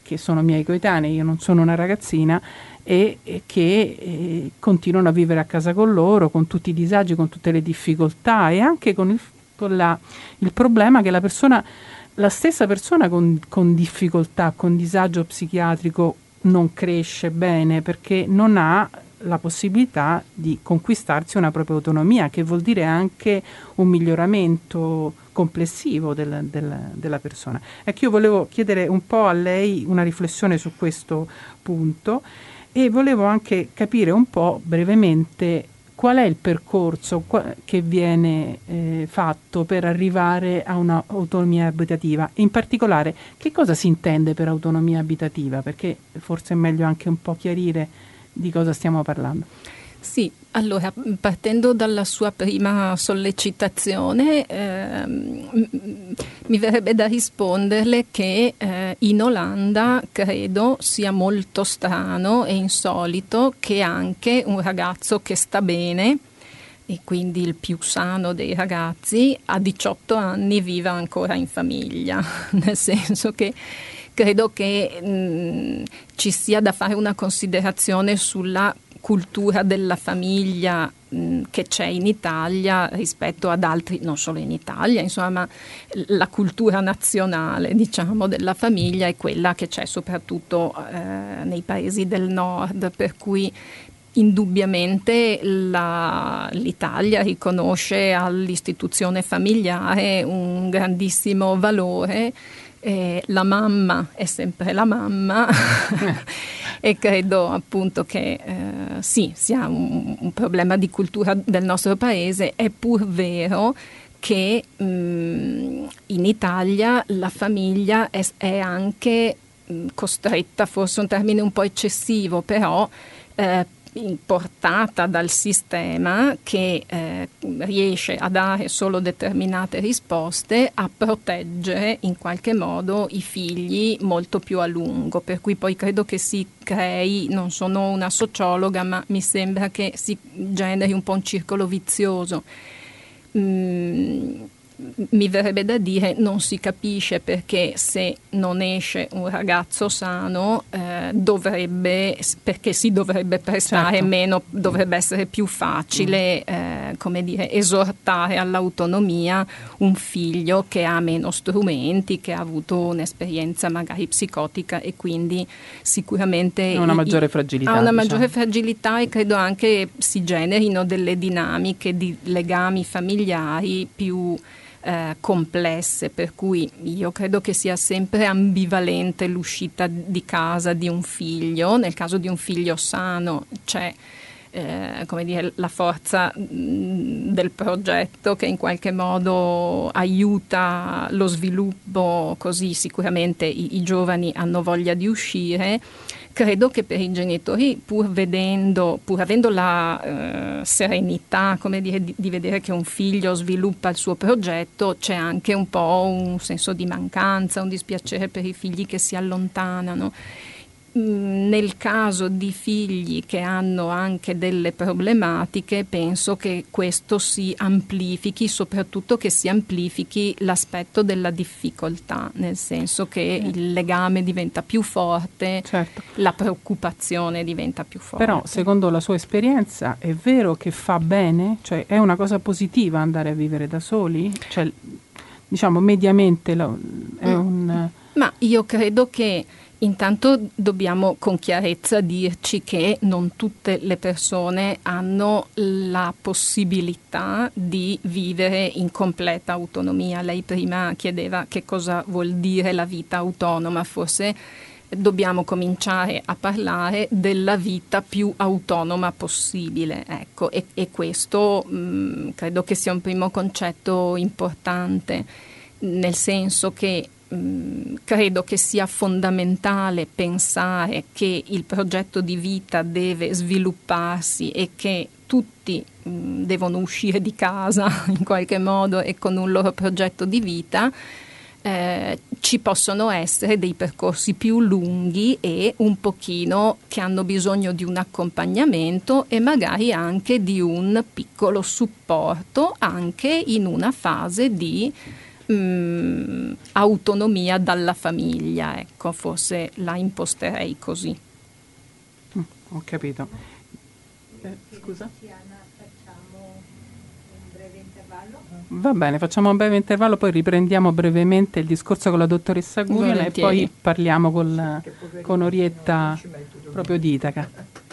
che sono miei coetanei, io non sono una ragazzina, e, e che eh, continuano a vivere a casa con loro, con tutti i disagi, con tutte le difficoltà e anche con il, con la, il problema che la persona, la stessa persona con, con difficoltà, con disagio psichiatrico non cresce bene perché non ha la possibilità di conquistarsi una propria autonomia, che vuol dire anche un miglioramento complessivo del, del, della persona. Ecco, io volevo chiedere un po' a lei una riflessione su questo punto e volevo anche capire un po' brevemente qual è il percorso qua, che viene eh, fatto per arrivare a un'autonomia abitativa. In particolare, che cosa si intende per autonomia abitativa? Perché forse è meglio anche un po' chiarire di cosa stiamo parlando. Sì, allora, partendo dalla sua prima sollecitazione, ehm, mi verrebbe da risponderle che eh, in Olanda credo sia molto strano e insolito che anche un ragazzo che sta bene, e quindi il più sano dei ragazzi, a diciotto anni viva ancora in famiglia, nel senso che credo che mh, ci sia da fare una considerazione sulla cultura della famiglia mh, che c'è in Italia rispetto ad altri, non solo in Italia, insomma, ma la cultura nazionale, diciamo, della famiglia è quella che c'è soprattutto eh, nei paesi del nord, per cui indubbiamente la, l'Italia riconosce all'istituzione familiare un grandissimo valore. Eh, la mamma è sempre la mamma e credo appunto che eh, sì, sia un, un problema di cultura del nostro paese. È pur vero che mh, in Italia la famiglia è, è anche mh, costretta, forse un termine un po' eccessivo, però eh, importata dal sistema che eh, riesce a dare solo determinate risposte, a proteggere in qualche modo i figli molto più a lungo, per cui poi credo che si crei, non sono una sociologa, ma mi sembra che si generi un po' un circolo vizioso. Mm, mi verrebbe da dire non si capisce perché se non esce un ragazzo sano eh, dovrebbe, perché si dovrebbe prestare certo. meno, dovrebbe essere più facile eh, come dire, esortare all'autonomia un figlio che ha meno strumenti, che ha avuto un'esperienza magari psicotica e quindi sicuramente ha una i, maggiore fragilità, ha una diciamo. maggiore fragilità e credo anche si generino delle dinamiche di legami familiari più Eh, complesse, per cui io credo che sia sempre ambivalente l'uscita di casa di un figlio. Nel caso di un figlio sano c'è eh, come dire, la forza mh, del progetto che in qualche modo aiuta lo sviluppo, così sicuramente i, i giovani hanno voglia di uscire. Credo che per i genitori, pur vedendo, pur avendo la eh, serenità, come dire, di, di vedere che un figlio sviluppa il suo progetto, c'è anche un po' un senso di mancanza, un dispiacere per i figli che si allontanano. Nel caso di figli che hanno anche delle problematiche, penso che questo si amplifichi, soprattutto che si amplifichi l'aspetto della difficoltà, nel senso che mm. il legame diventa più forte, certo. la preoccupazione diventa più forte. Però, secondo la sua esperienza, è vero che fa bene? Cioè, è una cosa positiva andare a vivere da soli? Cioè, diciamo, mediamente la, è mm. un... Ma io credo che intanto dobbiamo con chiarezza dirci che non tutte le persone hanno la possibilità di vivere in completa autonomia. Lei prima chiedeva che cosa vuol dire la vita autonoma, forse dobbiamo cominciare a parlare della vita più autonoma possibile, ecco, e, e questo mh, credo che sia un primo concetto importante, nel senso che credo che sia fondamentale pensare che il progetto di vita deve svilupparsi e che tutti mh, devono uscire di casa in qualche modo e con un loro progetto di vita. Eh, ci possono essere dei percorsi più lunghi e un pochino che hanno bisogno di un accompagnamento e magari anche di un piccolo supporto anche in una fase di mh, autonomia dalla famiglia, ecco, forse la imposterei così. Mm, ho capito. Eh, scusa? Va bene, facciamo un breve intervallo, poi riprendiamo brevemente il discorso con la dottoressa Gurian e poi parliamo col, con Orietta proprio di Itaca.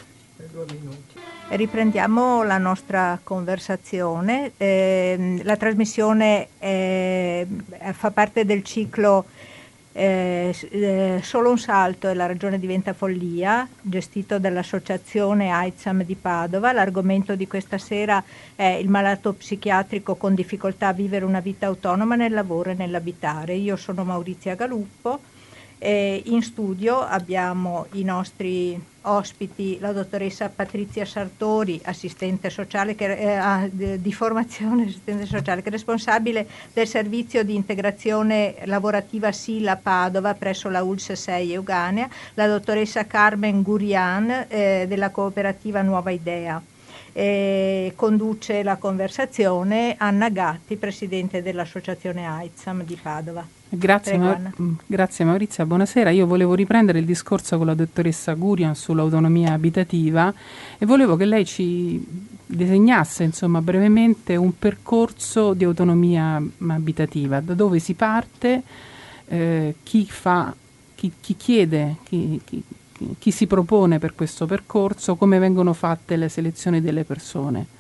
Riprendiamo la nostra conversazione. Eh, la trasmissione eh, fa parte del ciclo eh, eh, Solo un salto e la ragione diventa follia, gestito dall'associazione AIDSAM di Padova. L'argomento di questa sera è il malato psichiatrico con difficoltà a vivere una vita autonoma nel lavoro e nell'abitare. Io sono Maurizia Galuppo e in studio abbiamo i nostri ospiti, la dottoressa Patrizia Sartori, assistente sociale che, eh, di formazione assistente sociale, che è responsabile del servizio di integrazione lavorativa SILA Padova presso la U L S sei Euganea, la dottoressa Carmen Gurian eh, della cooperativa Nuova Idea. E conduce la conversazione Anna Gatti, presidente dell'associazione AIDSAM di Padova. Grazie, Prego, Ma- grazie Maurizia, buonasera. Io volevo riprendere il discorso con la dottoressa Gurian sull'autonomia abitativa e volevo che lei ci disegnasse insomma brevemente un percorso di autonomia abitativa, da dove si parte, eh, chi fa, chi, chi chiede, chi, chi, chi si propone per questo percorso, come vengono fatte le selezioni delle persone.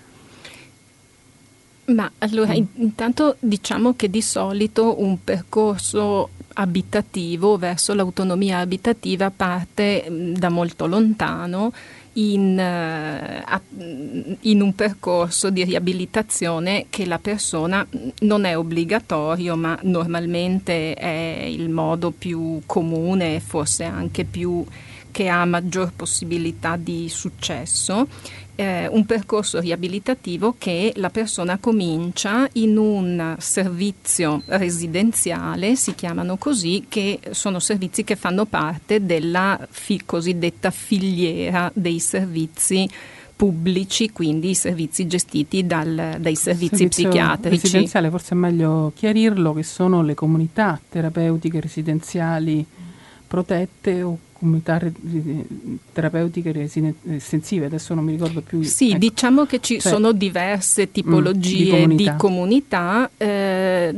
Ma allora in, intanto diciamo che di solito un percorso abitativo verso l'autonomia abitativa parte mh, da molto lontano in, uh, a, in un percorso di riabilitazione che la persona non è obbligatorio, ma normalmente è il modo più comune e forse anche più che ha maggior possibilità di successo. Eh, un percorso riabilitativo che la persona comincia in un servizio residenziale, si chiamano così, che sono servizi che fanno parte della fi- cosiddetta filiera dei servizi pubblici, quindi i servizi gestiti dal, dai servizi psichiatrici. Residenziale, forse è meglio chiarirlo, che sono le comunità terapeutiche residenziali protette o comunità re- terapeutiche residen- estensive, adesso non mi ricordo più. Sì, ecco. diciamo che ci cioè, sono diverse tipologie mm, di di comunità, di comunità eh,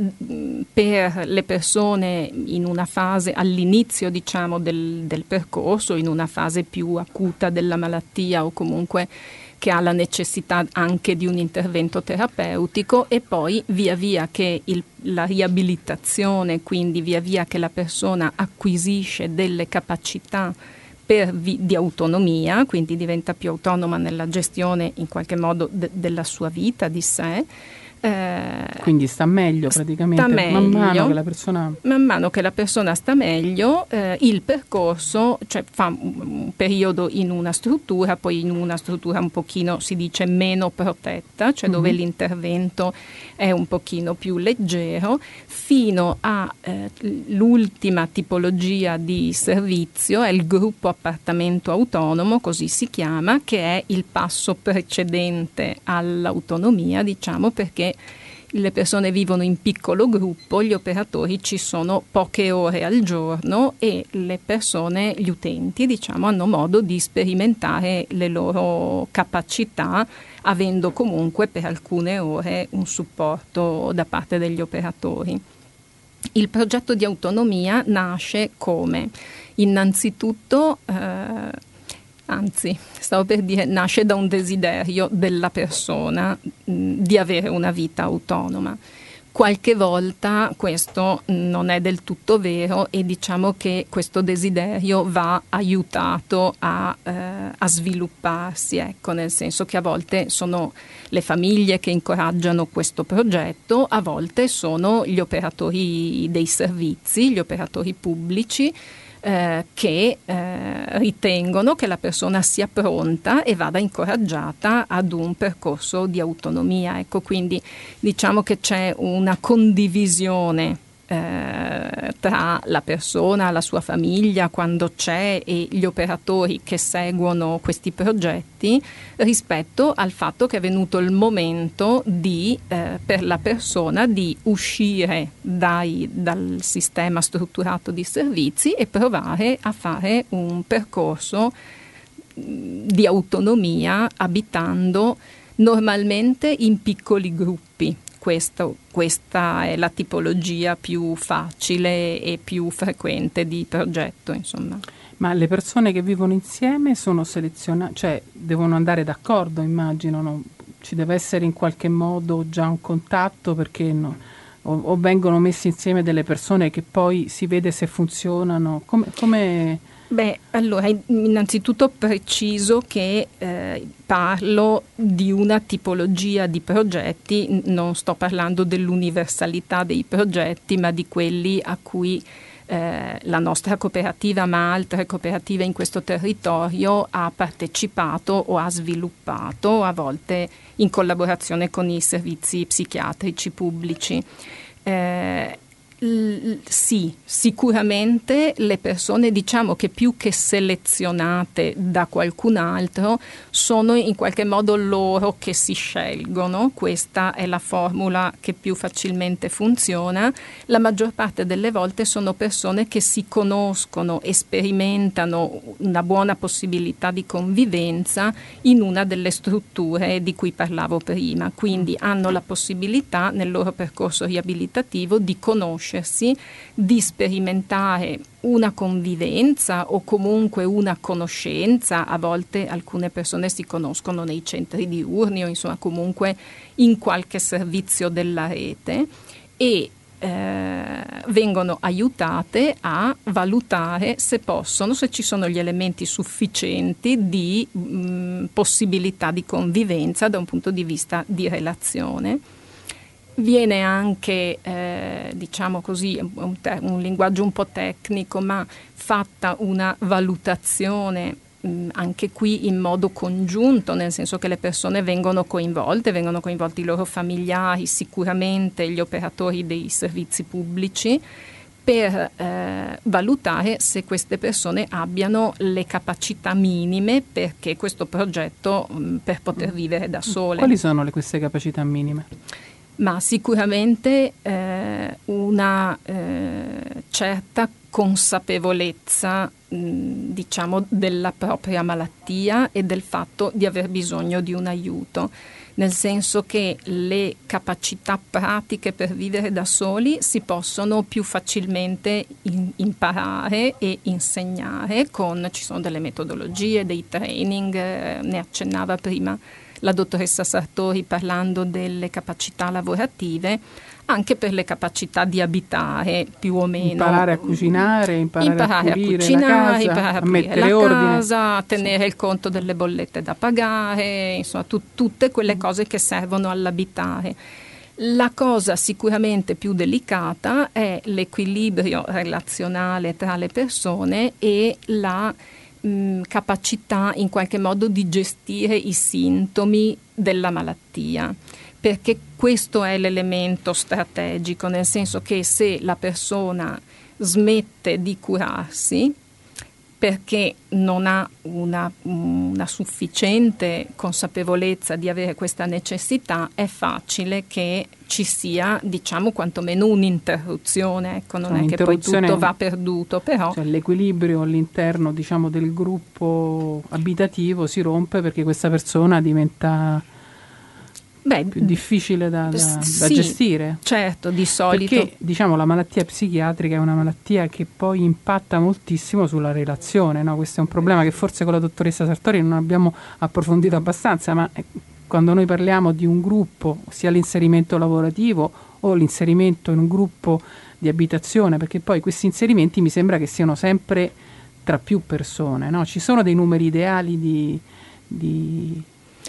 per le persone in una fase, all'inizio diciamo del, del percorso, in una fase più acuta della malattia o comunque che ha la necessità anche di un intervento terapeutico, e poi via via che il, la riabilitazione, quindi via via che la persona acquisisce delle capacità per vi, di autonomia, quindi diventa più autonoma nella gestione in qualche modo de, della sua vita, di sé. Eh, Quindi sta meglio praticamente sta meglio, man mano che la persona man mano che la persona sta meglio, eh, il percorso, cioè fa un, un periodo in una struttura, poi in una struttura un pochino si dice meno protetta, cioè mm-hmm. dove l'intervento è un pochino più leggero, fino all'ultima eh, tipologia di servizio, è il gruppo appartamento autonomo, così si chiama, che è il passo precedente all'autonomia, diciamo, perché le persone vivono in piccolo gruppo, gli operatori ci sono poche ore al giorno e le persone, gli utenti, diciamo, hanno modo di sperimentare le loro capacità, avendo comunque per alcune ore un supporto da parte degli operatori. Il progetto di autonomia nasce come? Innanzitutto eh, Anzi, stavo per dire, nasce da un desiderio della persona mh, di avere una vita autonoma. Qualche volta questo non è del tutto vero e diciamo che questo desiderio va aiutato a, eh, a svilupparsi, ecco, nel senso che a volte sono le famiglie che incoraggiano questo progetto, a volte sono gli operatori dei servizi, gli operatori pubblici, Eh, che eh, ritengono che la persona sia pronta e vada incoraggiata ad un percorso di autonomia. Ecco, quindi diciamo che c'è una condivisione eh, tra la persona, la sua famiglia, quando c'è, e gli operatori che seguono questi progetti, rispetto al fatto che è venuto il momento di, eh, per la persona di uscire dai, dal sistema strutturato di servizi e provare a fare un percorso di autonomia abitando normalmente in piccoli gruppi. Questo, questa è la tipologia più facile e più frequente di progetto, insomma. Ma le persone che vivono insieme sono selezionate, cioè devono andare d'accordo, immagino, no? Ci deve essere in qualche modo già un contatto, perché no? o, o vengono messi insieme delle persone che poi si vede se funzionano. Come... come... Beh, allora, innanzitutto preciso che eh, parlo di una tipologia di progetti, non sto parlando dell'universalità dei progetti, ma di quelli a cui eh, la nostra cooperativa, ma altre cooperative in questo territorio, ha partecipato o ha sviluppato, a volte in collaborazione con i servizi psichiatrici pubblici. Eh, L- sì, sicuramente le persone, diciamo che più che selezionate da qualcun altro, sono in qualche modo loro che si scelgono. Questa è la formula che più facilmente funziona. La maggior parte delle volte sono persone che si conoscono e sperimentano una buona possibilità di convivenza in una delle strutture di cui parlavo prima, quindi hanno la possibilità nel loro percorso riabilitativo di conoscere, di sperimentare una convivenza o comunque una conoscenza. A volte alcune persone si conoscono nei centri diurni o insomma comunque in qualche servizio della rete, e eh, vengono aiutate a valutare se possono, se ci sono gli elementi sufficienti di mh, possibilità di convivenza da un punto di vista di relazione. Viene anche, eh, diciamo così, un, te- un linguaggio un po' tecnico, ma fatta una valutazione mh, anche qui in modo congiunto, nel senso che le persone vengono coinvolte, vengono coinvolti i loro familiari, sicuramente gli operatori dei servizi pubblici, per eh, valutare se queste persone abbiano le capacità minime perché questo progetto mh, per poter vivere da sole. Quali sono le, queste capacità minime? Ma sicuramente eh, una eh, certa consapevolezza mh, diciamo della propria malattia e del fatto di aver bisogno di un aiuto, nel senso che le capacità pratiche per vivere da soli si possono più facilmente in, imparare e insegnare con, ci sono delle metodologie, dei training, eh, ne accennava prima la dottoressa Sartori parlando delle capacità lavorative, anche per le capacità di abitare più o meno. Imparare a cucinare, imparare, imparare a pulire a cucinare, la casa, imparare a, a mettere la ordine. casa, a tenere sì. il conto delle bollette da pagare, insomma tu, tutte quelle cose che servono all'abitare. La cosa sicuramente più delicata è l'equilibrio relazionale tra le persone e la capacità in qualche modo di gestire i sintomi della malattia, perché questo è l'elemento strategico, nel senso che se la persona smette di curarsi perché non ha una, una sufficiente consapevolezza di avere questa necessità, è facile che ci sia, diciamo, quantomeno un'interruzione. Ecco, non è che poi tutto va perduto, però... Cioè l'equilibrio all'interno, diciamo, del gruppo abitativo si rompe perché questa persona diventa... Beh, più difficile da, da, sì, da gestire. Certo, di solito. Perché diciamo la malattia psichiatrica è una malattia che poi impatta moltissimo sulla relazione, no? Questo è un problema che forse con la dottoressa Sartori non abbiamo approfondito abbastanza, ma quando noi parliamo di un gruppo, sia l'inserimento lavorativo o l'inserimento in un gruppo di abitazione, perché poi questi inserimenti mi sembra che siano sempre tra più persone, no? Ci sono dei numeri ideali di... di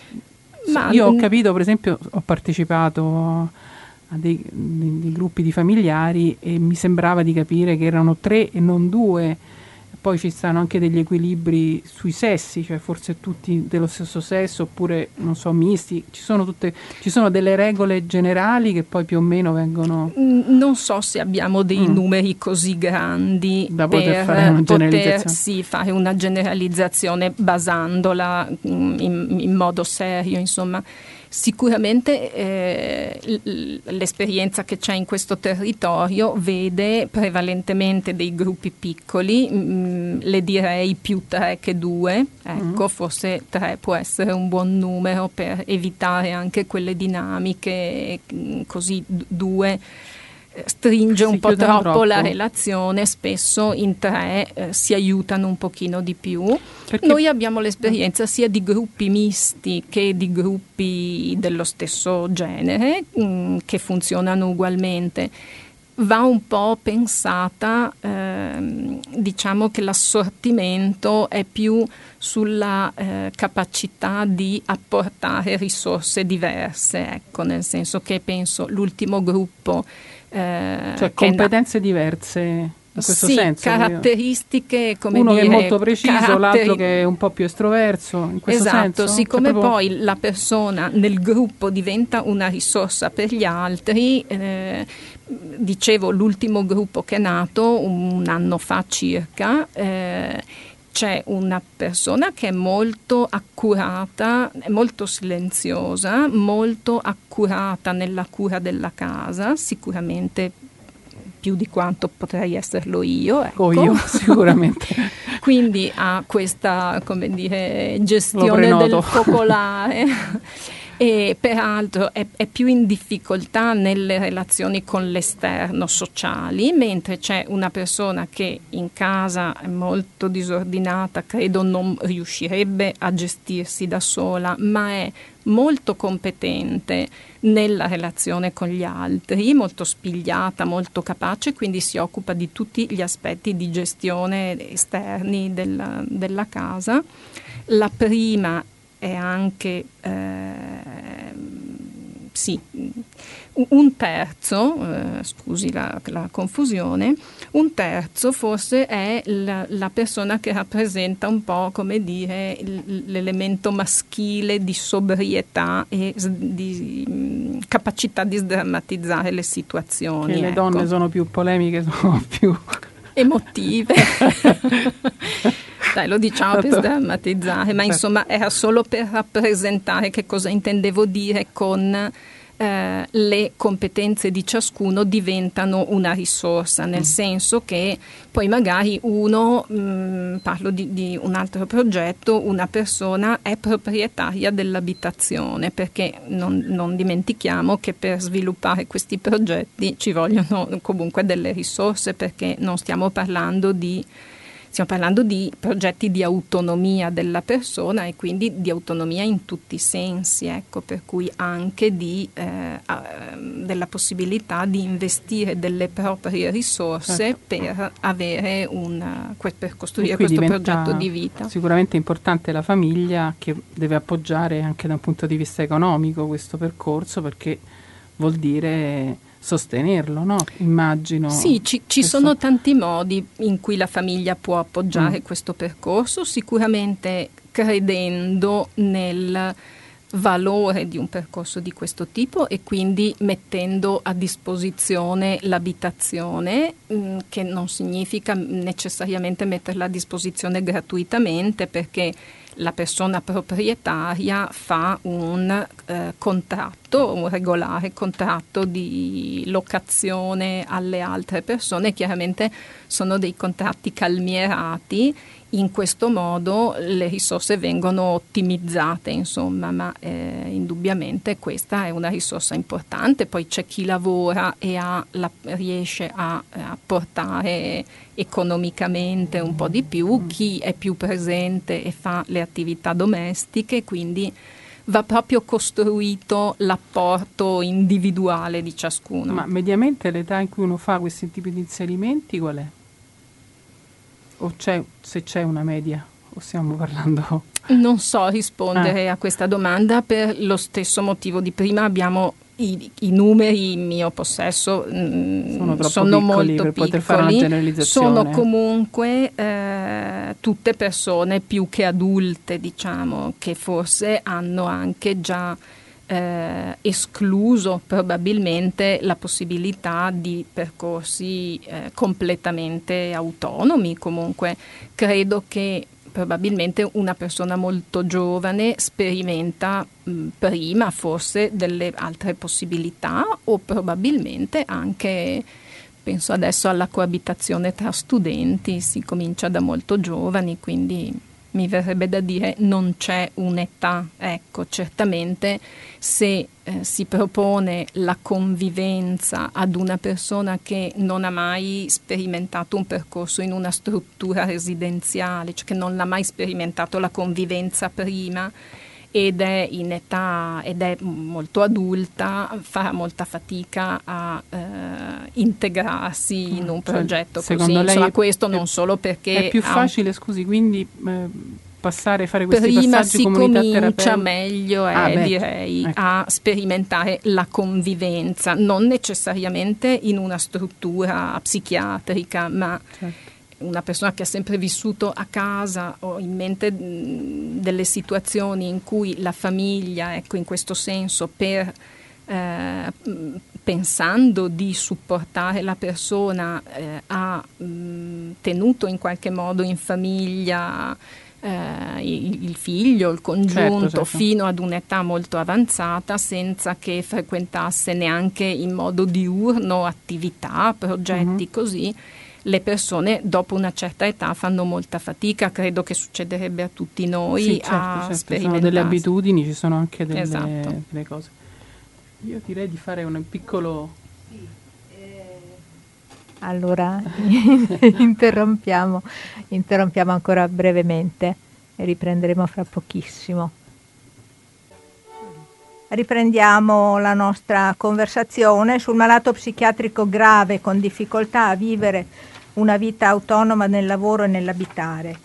Ma io ho capito, per esempio, ho partecipato a dei, dei, dei gruppi di familiari e mi sembrava di capire che erano tre e non due poi ci stanno anche degli equilibri sui sessi, cioè forse tutti dello stesso sesso oppure non so misti, ci sono tutte ci sono delle regole generali che poi più o meno vengono non so se abbiamo dei mm. numeri così grandi da per poter fare una generalizzazione, potersi fare una generalizzazione basandola in, in modo serio, insomma. Sicuramente eh, l'esperienza che c'è in questo territorio vede prevalentemente dei gruppi piccoli, mh, le direi più tre che due, ecco, mm. forse tre può essere un buon numero per evitare anche quelle dinamiche, mh, così d- due stringe si un po' troppo, troppo la relazione, spesso in tre eh, si aiutano un pochino di più. Perché noi abbiamo l'esperienza sia di gruppi misti che di gruppi dello stesso genere mh, che funzionano ugualmente. Va un po' pensata, ehm, diciamo che l'assortimento è più sulla eh, capacità di apportare risorse diverse, ecco, nel senso che penso l'ultimo gruppo Eh, cioè competenze na- diverse in questo sì, senso. caratteristiche come uno dire, che è molto preciso, caratteri... l'altro che è un po' più estroverso. In questo esatto, senso, siccome proprio... poi la persona nel gruppo diventa una risorsa per gli altri, eh, dicevo l'ultimo gruppo che è nato un anno fa circa, eh, c'è una persona che è molto accurata, è molto silenziosa, molto accurata nella cura della casa, sicuramente più di quanto potrei esserlo io. Ecco. O io, sicuramente. Quindi ha questa, come dire, gestione del focolare. E peraltro è, è più in difficoltà nelle relazioni con l'esterno sociali, mentre c'è una persona che in casa è molto disordinata, credo non riuscirebbe a gestirsi da sola, ma è molto competente nella relazione con gli altri, molto spigliata, molto capace, quindi si occupa di tutti gli aspetti di gestione esterni della, della casa. La prima è anche eh, sì, un terzo, eh, scusi la, la confusione, un terzo forse è la, la persona che rappresenta un po', come dire, l'elemento maschile di sobrietà e di mh, capacità di sdrammatizzare le situazioni. Che le ecco. donne sono più polemiche, sono più emotive. Dai, lo diciamo per sdrammatizzare, ma insomma era solo per rappresentare che cosa intendevo dire con eh, le competenze di ciascuno diventano una risorsa, nel mm. senso che poi magari uno, mh, parlo di, di un altro progetto, una persona è proprietaria dell'abitazione, perché non, non dimentichiamo che per sviluppare questi progetti ci vogliono comunque delle risorse, perché non stiamo parlando di Stiamo parlando di progetti di autonomia della persona e quindi di autonomia in tutti i sensi, ecco, per cui anche di, eh, della possibilità di investire delle proprie risorse certo. per avere una, per costruire questo progetto di vita. Sicuramente importante la famiglia, che deve appoggiare anche da un punto di vista economico questo percorso, perché vuol dire sostenerlo, no? Immagino. Sì, ci, ci sono tanti modi in cui la famiglia può appoggiare mm. questo percorso, sicuramente credendo nel valore di un percorso di questo tipo e quindi mettendo a disposizione l'abitazione, mh, che non significa necessariamente metterla a disposizione gratuitamente, perché la persona proprietaria fa un eh, contratto, un regolare contratto di locazione alle altre persone. Chiaramente sono dei contratti calmierati, in questo modo le risorse vengono ottimizzate, insomma, ma eh, indubbiamente questa è una risorsa importante. Poi c'è chi lavora e ha, la, riesce a, a portare economicamente un po' di più, chi è più presente e fa le attività domestiche, quindi va proprio costruito l'apporto individuale di ciascuno. Ma mediamente l'età in cui uno fa questi tipi di inserimenti qual è? O c'è, se c'è una media? o stiamo parlando? Non so rispondere ah. a questa domanda per lo stesso motivo di prima. Abbiamo i, i numeri in mio possesso, mh, sono, troppo sono piccoli molto per piccoli, poter fare una generalizzazione. Sono comunque eh, tutte persone più che adulte, diciamo, che forse hanno anche già Eh, escluso probabilmente la possibilità di percorsi eh, completamente autonomi. Comunque credo che probabilmente una persona molto giovane sperimenta mh, prima forse delle altre possibilità, o probabilmente anche, penso adesso alla coabitazione tra studenti, si comincia da molto giovani, quindi mi verrebbe da dire non c'è un'età. Ecco, certamente se eh, si propone la convivenza ad una persona che non ha mai sperimentato un percorso in una struttura residenziale, cioè che non l'ha mai sperimentato la convivenza prima ed è in età ed è molto adulta, fa molta fatica a eh, integrarsi in un cioè, progetto secondo così. lei Insomma, questo è, non solo perché è più facile, un... scusi, quindi eh, passare fare questi prima passaggi si comunità comincia meglio è, ah, beh, direi, ecco. a sperimentare la convivenza, non necessariamente in una struttura psichiatrica, ma certo. Una persona che ha sempre vissuto a casa, ho in mente mh, delle situazioni in cui la famiglia, ecco, in questo senso, per eh, pensando di supportare la persona, eh, ha mh, tenuto in qualche modo in famiglia eh, il, il figlio, il congiunto, certo, certo. fino ad un'età molto avanzata, senza che frequentasse neanche in modo diurno attività, progetti mm-hmm. così. Le persone dopo una certa età fanno molta fatica, credo che succederebbe a tutti noi, sì, certo, a certo. sperimentare. Ci sono delle abitudini, ci sono anche delle, esatto. delle cose. Io direi di fare un piccolo... Sì, eh... Allora interrompiamo, interrompiamo ancora brevemente e riprenderemo fra pochissimo. Riprendiamo la nostra conversazione sul malato psichiatrico grave con difficoltà a vivere una vita autonoma nel lavoro e nell'abitare.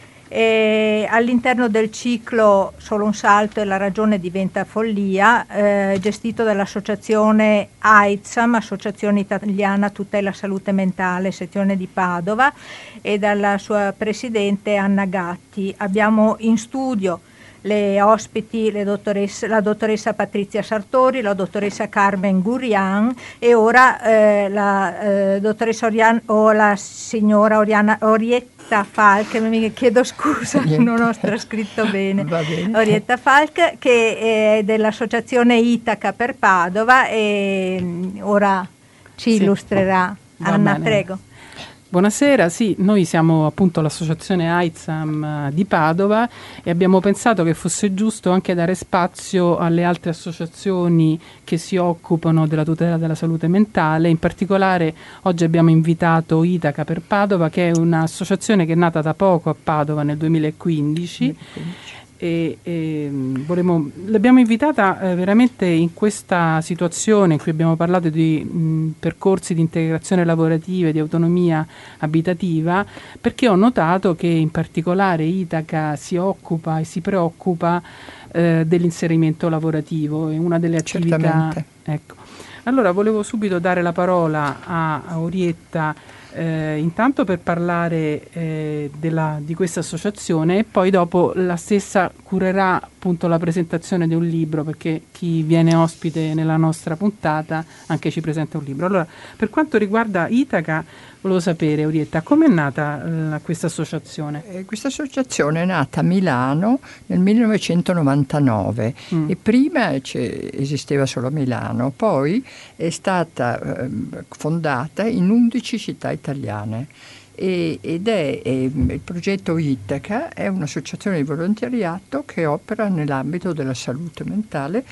E all'interno del ciclo Solo un salto e la ragione diventa follia, eh, gestito dall'associazione AIDSAM, Associazione Italiana Tutela Salute Mentale, sezione di Padova, e dalla sua presidente Anna Gatti. Abbiamo in studio le ospiti, le dottoressa, la dottoressa Patrizia Sartori, la dottoressa Carmen Gurian e ora eh, la eh, dottoressa Oriana, o la signora Oriana, Orietta Falk, mi chiedo scusa, Niente. non ho trascritto bene, bene. Orietta Falk, che è dell'associazione Itaca per Padova e ora ci sì. illustrerà. Va Anna, bene. Prego. Buonasera, sì, noi siamo appunto l'associazione AIDSAM di Padova e abbiamo pensato che fosse giusto anche dare spazio alle altre associazioni che si occupano della tutela della salute mentale. In particolare oggi abbiamo invitato Itaca per Padova, che è un'associazione che è nata da poco a Padova nel duemilaquindici. duemilaquindici. E, e vorremmo, l'abbiamo invitata eh, veramente in questa situazione in cui abbiamo parlato di mh, percorsi di integrazione lavorativa e di autonomia abitativa, perché ho notato che in particolare Itaca si occupa e si preoccupa eh, dell'inserimento lavorativo, è una delle attività. Certamente. Ecco. Allora volevo subito dare la parola a, a Orietta, Eh, intanto per parlare eh, della, di questa associazione, e poi dopo la stessa curerà appunto la presentazione di un libro, perché chi viene ospite nella nostra puntata anche ci presenta un libro. Allora, per quanto riguarda Itaca, volevo sapere, Orietta, come è nata eh, questa associazione? Eh, questa associazione è nata a Milano nel millenovecentonovantanove mm. e prima esisteva solo a Milano, poi è stata eh, fondata in undici città italiane. E, ed è, è il progetto Itaca è un'associazione di volontariato che opera nell'ambito della salute mentale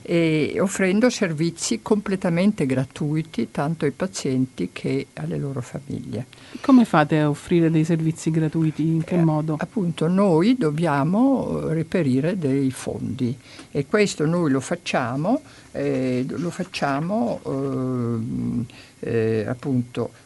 e offrendo servizi completamente gratuiti tanto ai pazienti che alle loro famiglie. Come fate a offrire dei servizi gratuiti? In che eh, modo? Appunto noi dobbiamo reperire dei fondi e questo noi lo facciamo, eh, lo facciamo eh, eh, appunto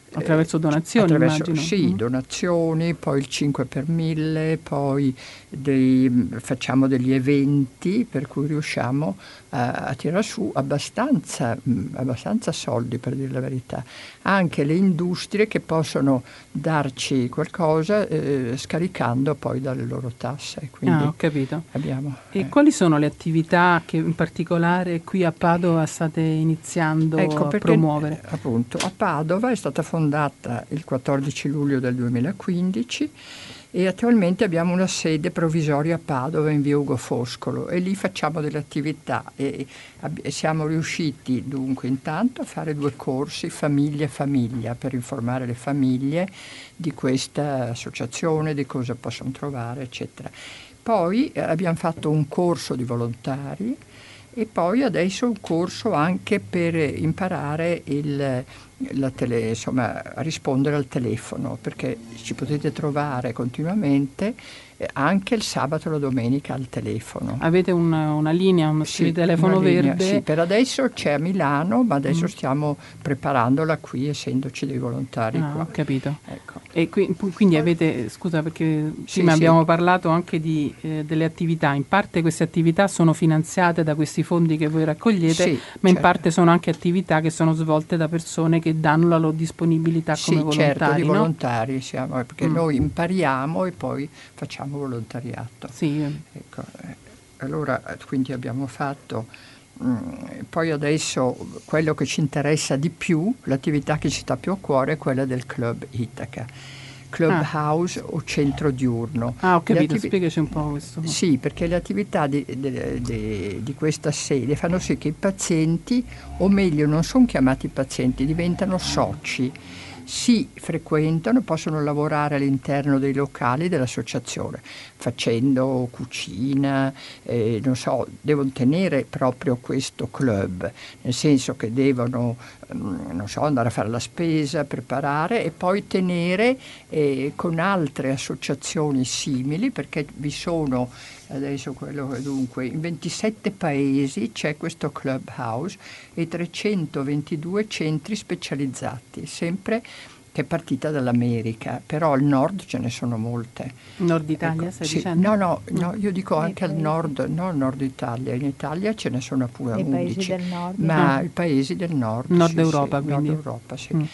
Attraverso donazioni, attraverso, immagino. Sì, mm. donazioni, poi il cinque per mille, poi dei, facciamo degli eventi per cui riusciamo a, a tirare su abbastanza, mh, abbastanza soldi, per dire la verità. Anche le industrie che possono darci qualcosa eh, scaricando poi dalle loro tasse. Quindi Ah, ho capito. abbiamo, E eh. quali sono le attività che in particolare qui a Padova state iniziando Ecco, a perché, promuovere? eh, appunto, a Padova è stata fondata il quattordici luglio del duemilaquindici e attualmente abbiamo una sede provvisoria a Padova in via Ugo Foscolo e lì facciamo delle attività e, ab- e siamo riusciti dunque intanto a fare due corsi famiglia famiglia per informare le famiglie di questa associazione, di cosa possono trovare, eccetera. Poi eh, abbiamo fatto un corso di volontari e poi adesso un corso anche per imparare il, la tele, insomma, a rispondere al telefono, perché ci potete trovare continuamente eh, anche il sabato e la domenica al telefono. Avete una, una linea, uno Sì, sì, telefono una linea, verde? sì, per adesso c'è a Milano, ma adesso Mm. stiamo preparandola qui, essendoci dei volontari Ah, qua. ho capito. Ecco. E qui- quindi avete, scusa perché Sì, prima sì. abbiamo parlato anche di, eh, delle attività, in parte queste attività sono finanziate da questi fondi che voi raccogliete, Sì, ma in certo. parte sono anche attività che sono svolte da persone che danno la loro disponibilità come Sì, volontari, certo, di no? volontari siamo, perché Mm. noi impariamo e poi facciamo volontariato. Sì, Ecco, eh, allora eh, quindi abbiamo fatto, mm, poi adesso quello che ci interessa di più, l'attività che ci sta più a cuore è quella del Club Itaca, Clubhouse Ah. o centro diurno. ah, ho Le capito, attivi- spiegaci un po' questo. Sì, perché le attività di, di- di- di questa sede fanno sì che i pazienti, o meglio non sono chiamati pazienti, diventano soci, si frequentano, possono lavorare all'interno dei locali dell'associazione, facendo cucina, eh, non so, devono tenere proprio questo club, nel senso che devono, mm, non so, andare a fare la spesa, preparare e poi tenere eh, con altre associazioni simili, perché vi sono adesso quello che dunque in ventisette paesi c'è questo Clubhouse e trecentoventidue centri specializzati, sempre che è partita dall'America, però al nord ce ne sono molte. Nord Italia, Ecco, stai sì. dicendo? No, no, no, io dico Nei anche al paesi. nord, no al nord Italia, in Italia ce ne sono pure Nei paesi undici, del nord. ma Ah. i paesi del nord, Nord sì, Europa, sì, quindi. Nord Europa, sì. Mm.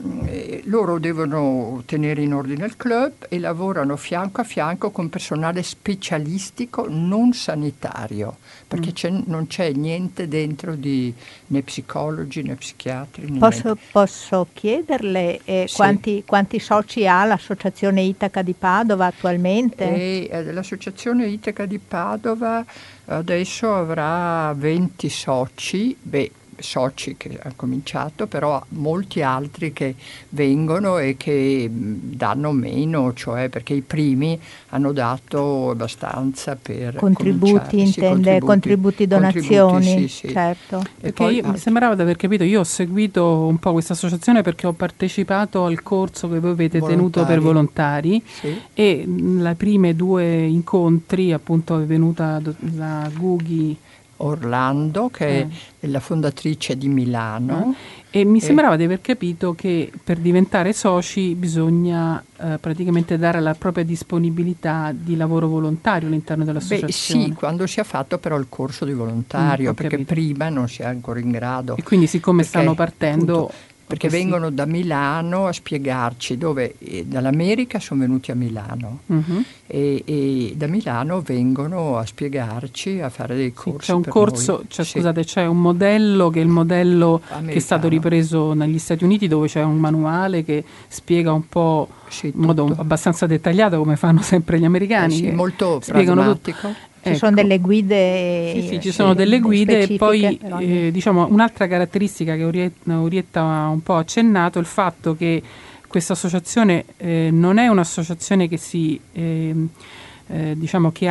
Eh, loro devono tenere in ordine il club e lavorano fianco a fianco con personale specialistico non sanitario, perché Mm. c'è, non c'è niente dentro di né psicologi né psichiatri. Né Posso, niente. posso chiederle eh, Sì. quanti, quanti soci ha l'Associazione Itaca di Padova attualmente? E eh, l'associazione Itaca di Padova adesso avrà venti soci, beh, soci che hanno cominciato, però molti altri che vengono e che mh, danno meno, cioè perché i primi hanno dato abbastanza per Contributi, cominciare. Sì, intende, contributi, donazioni, contributi, sì, sì. certo. E Perché poi io- mi altri. sembrava di aver capito, io ho seguito un po' questa associazione perché ho partecipato al corso che voi avete tenuto per volontari Sì. e le prime due incontri appunto è venuta do- la Gughi Orlando, che Eh. è la fondatrice di Milano. e mi Eh. sembrava di aver capito che per diventare soci bisogna eh, praticamente dare la propria disponibilità di lavoro volontario all'interno Beh, dell'associazione. sì, quando si è fatto però il corso di volontario, Mm, ho perché capito. prima non si è ancora in grado. E quindi siccome Perché, stanno partendo... appunto, perché così- vengono da Milano a spiegarci dove, eh, dall'America sono venuti a Milano Mhm. e, e da Milano vengono a spiegarci, a fare dei Sì, corsi. c'è un per corso, noi. cioè, Sì. scusate, c'è un modello che è il modello che è stato Americano. ripreso negli Stati Uniti dove c'è un manuale che spiega un po' Sì, in modo tutto. abbastanza dettagliato come fanno sempre gli americani. Eh sì, che molto spiegano tutto. pragmatico. Ci sono Ecco. delle guide. Sì, sì, ci eh, sono delle guide e specifiche poi per ogni- eh, diciamo un'altra caratteristica che Orietta, Orietta ha un po' accennato è il fatto che questa associazione eh, non è un'associazione che si ehm, eh, diciamo che ha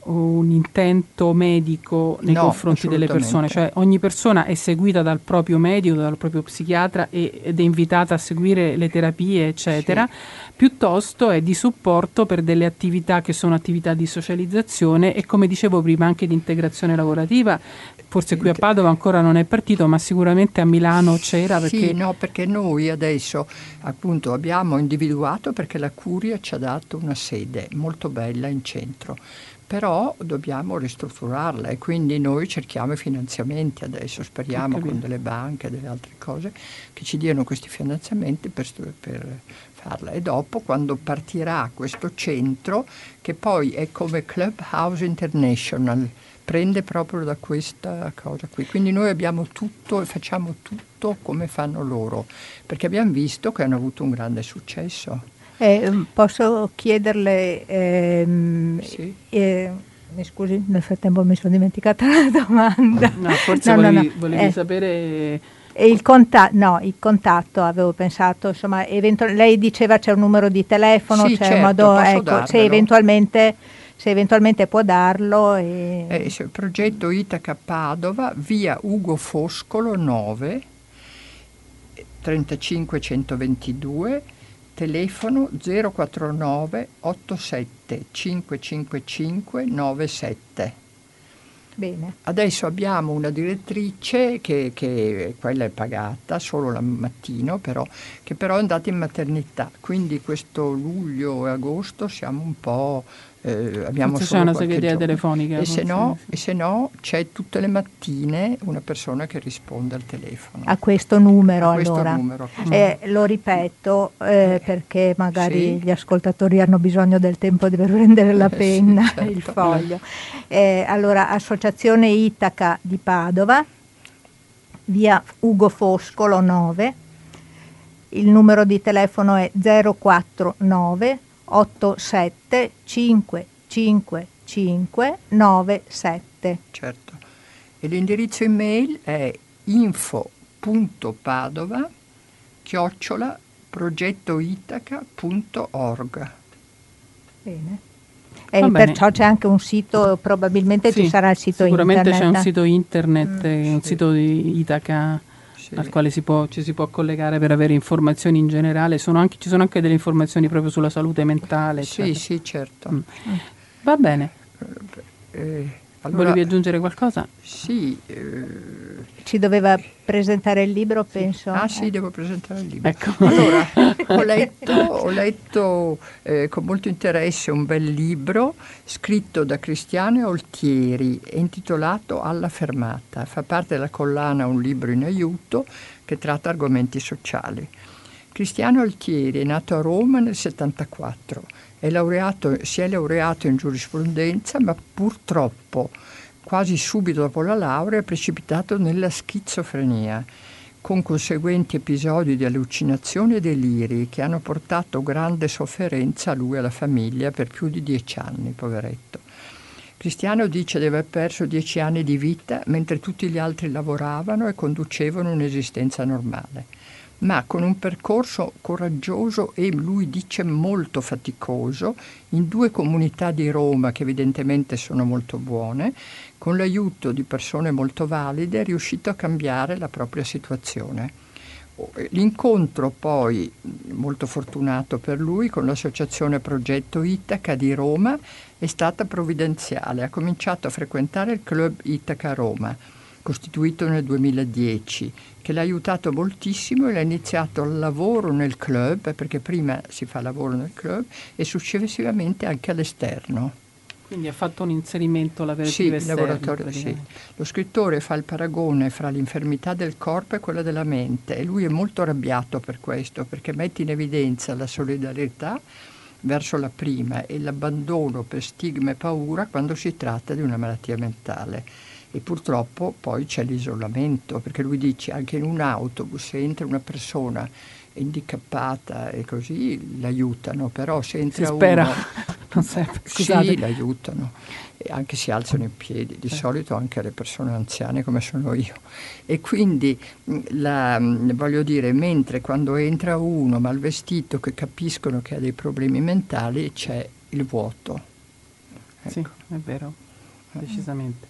un intento medico nei No, confronti delle persone, cioè ogni persona è seguita dal proprio medico, dal proprio psichiatra e, ed è invitata a seguire le terapie, eccetera, sì. Piuttosto è di supporto per delle attività che sono attività di socializzazione e, come dicevo prima, anche di integrazione lavorativa. Forse qui a Padova ancora non è partito, ma sicuramente a Milano c'era. Perché... Sì, no, perché noi adesso appunto abbiamo individuato, perché la Curia ci ha dato una sede molto bella in centro, però dobbiamo ristrutturarla e quindi noi cerchiamo i finanziamenti adesso, speriamo con delle banche e delle altre cose che ci diano questi finanziamenti per, per farla. E dopo, quando partirà questo centro, che poi è come Clubhouse International, prende proprio da questa cosa qui. Quindi noi abbiamo tutto e facciamo tutto come fanno loro, perché abbiamo visto che hanno avuto un grande successo. Eh, posso chiederle, ehm, sì. eh, mi scusi, nel frattempo mi sono dimenticata la domanda. No, forse no, volevi, no, no. volevi eh, sapere... E il contatto, no, il contatto avevo pensato, insomma, eventu- lei diceva c'è un numero di telefono, sì, c'è certo, un modo, posso ecco, se eventualmente, se eventualmente può darlo. E... Eh, il progetto Itaca Padova, via Ugo Foscolo nove, trentacinque centoventidue, telefono zero quattro nove otto sette cinque cinque cinque nove sette. Bene. Adesso abbiamo una direttrice che, che quella è pagata solo al mattino, però, che però è andata in maternità, quindi questo luglio e agosto siamo un po'... Eh, abbiamo Forse solo c'è una qualche segreteria giorno. telefonica. E se, no, sì. e se no c'è tutte le mattine una persona che risponde al telefono. A questo numero, A questo allora. numero, eh, lo ripeto eh, eh, perché magari sì. gli ascoltatori hanno bisogno del tempo di prendere la penna, eh, sì, certo. il foglio. Eh, allora, Associazione Itaca di Padova, via Ugo Foscolo nove, il numero di telefono è zero quattro nove otto sette cinque cinque cinque nove sette. Certo. E l'indirizzo email è info punto padova chiocciola progettoitaca punto org. Bene. E perciò c'è anche un sito, probabilmente sì, ci sarà il sito sicuramente internet. Sicuramente c'è un sito internet, mm, un sì. sito di Itaca sì. al quale si può, ci si può collegare per avere informazioni in generale. Sono anche, ci sono anche delle informazioni proprio sulla salute mentale. Sì, eccetera. sì, certo. Mm. Va bene. Eh, allora, Volevi aggiungere qualcosa? Sì. Eh, Ci doveva presentare il libro, penso. Ah sì, eh. devo presentare il libro. Ecco. Allora, ho letto, ho letto eh, con molto interesse un bel libro scritto da Cristiano Oltieri, intitolato Alla fermata. Fa parte della collana Un libro in aiuto, che tratta argomenti sociali. Cristiano Oltieri è nato a Roma nel settantaquattro, è laureato, si è laureato in giurisprudenza, ma purtroppo quasi subito dopo la laurea è precipitato nella schizofrenia, con conseguenti episodi di allucinazioni e deliri che hanno portato grande sofferenza a lui e alla famiglia per più di dieci anni, poveretto. Cristiano dice di aver perso dieci anni di vita mentre tutti gli altri lavoravano e conducevano un'esistenza normale, ma con un percorso coraggioso e, lui dice, molto faticoso, in due comunità di Roma che evidentemente sono molto buone. Con l'aiuto di persone molto valide è riuscito a cambiare la propria situazione. L'incontro poi, molto fortunato per lui, con l'associazione Progetto Itaca di Roma è stata provvidenziale. Ha cominciato a frequentare il club Itaca Roma, costituito nel duemiladieci, che l'ha aiutato moltissimo e l'ha iniziato il lavoro nel club, perché prima si fa lavoro nel club e successivamente anche all'esterno. Quindi ha fatto un inserimento lavorativo sì, esterno. Laboratorio, sì. Lo scrittore fa il paragone fra l'infermità del corpo e quella della mente e lui è molto arrabbiato per questo, perché mette in evidenza la solidarietà verso la prima e l'abbandono per stigma e paura quando si tratta di una malattia mentale. E purtroppo poi c'è l'isolamento, perché lui dice anche in un autobus se entra una persona handicappata e così l'aiutano, però se entra si spera. uno non so, sì, l'aiutano e anche si alzano in piedi, di eh. solito anche le persone anziane come sono io, e quindi la, voglio dire, mentre quando entra uno mal vestito che capiscono che ha dei problemi mentali c'è il vuoto. Sì, è vero, decisamente.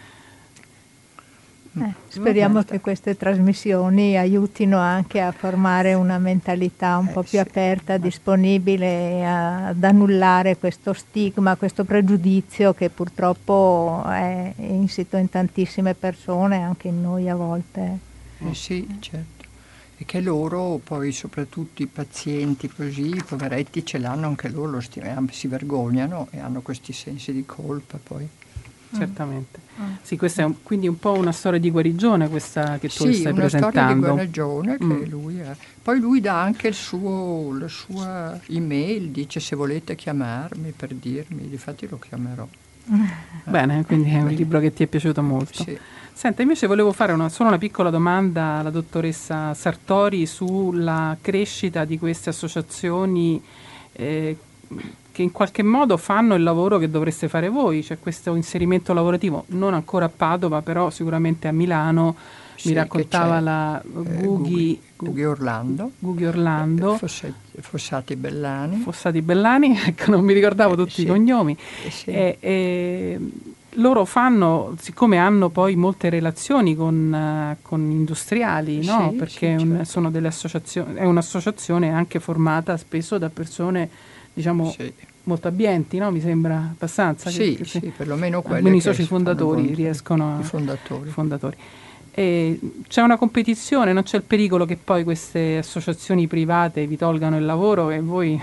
Eh, speriamo che queste trasmissioni aiutino anche a formare una mentalità un Eh, po' più sì. aperta, disponibile a- ad annullare questo stigma, questo pregiudizio che purtroppo è insito in tantissime persone, anche in noi a volte. Eh sì, certo. E che loro poi, soprattutto i pazienti così, i poveretti, ce l'hanno anche loro, lo sti- si vergognano e hanno questi sensi di colpa poi. Certamente. Sì, questa è un- quindi un po' una storia di guarigione questa che tu Sì, stai una presentando. storia di guarigione che Mm. lui ha. Poi lui dà anche il suo, la sua email, dice se volete chiamarmi per dirmi, difatti lo chiamerò. Bene, quindi è un libro che ti è piaciuto molto. Sì. Senta, invece volevo fare una, solo una piccola domanda alla dottoressa Sartori sulla crescita di queste associazioni eh, che in qualche modo fanno il lavoro che dovreste fare voi, cioè questo inserimento lavorativo, non ancora a Padova, però sicuramente a Milano. Sì, Mi che raccontava c'è, la eh, Gughi, Gughi Orlando, Gughi Orlando, Fossetti- Fossati Bellani. Fossati Bellani, ecco, non mi ricordavo Eh, tutti sì. i cognomi. Eh, sì. E, e loro fanno, siccome hanno poi molte relazioni con, eh, con industriali, no? Sì, Perché sì, un- certo. sono delle associazioni, è un'associazione anche formata spesso da persone, diciamo, Sì. molto abbienti, no? Mi sembra abbastanza. Sì, che- che sì, perlomeno quelle alcuni che soci fanno fondatori con- riescono a... i fondatori. i fondatori. E c'è una competizione, non c'è il pericolo che poi queste associazioni private vi tolgano il lavoro e voi...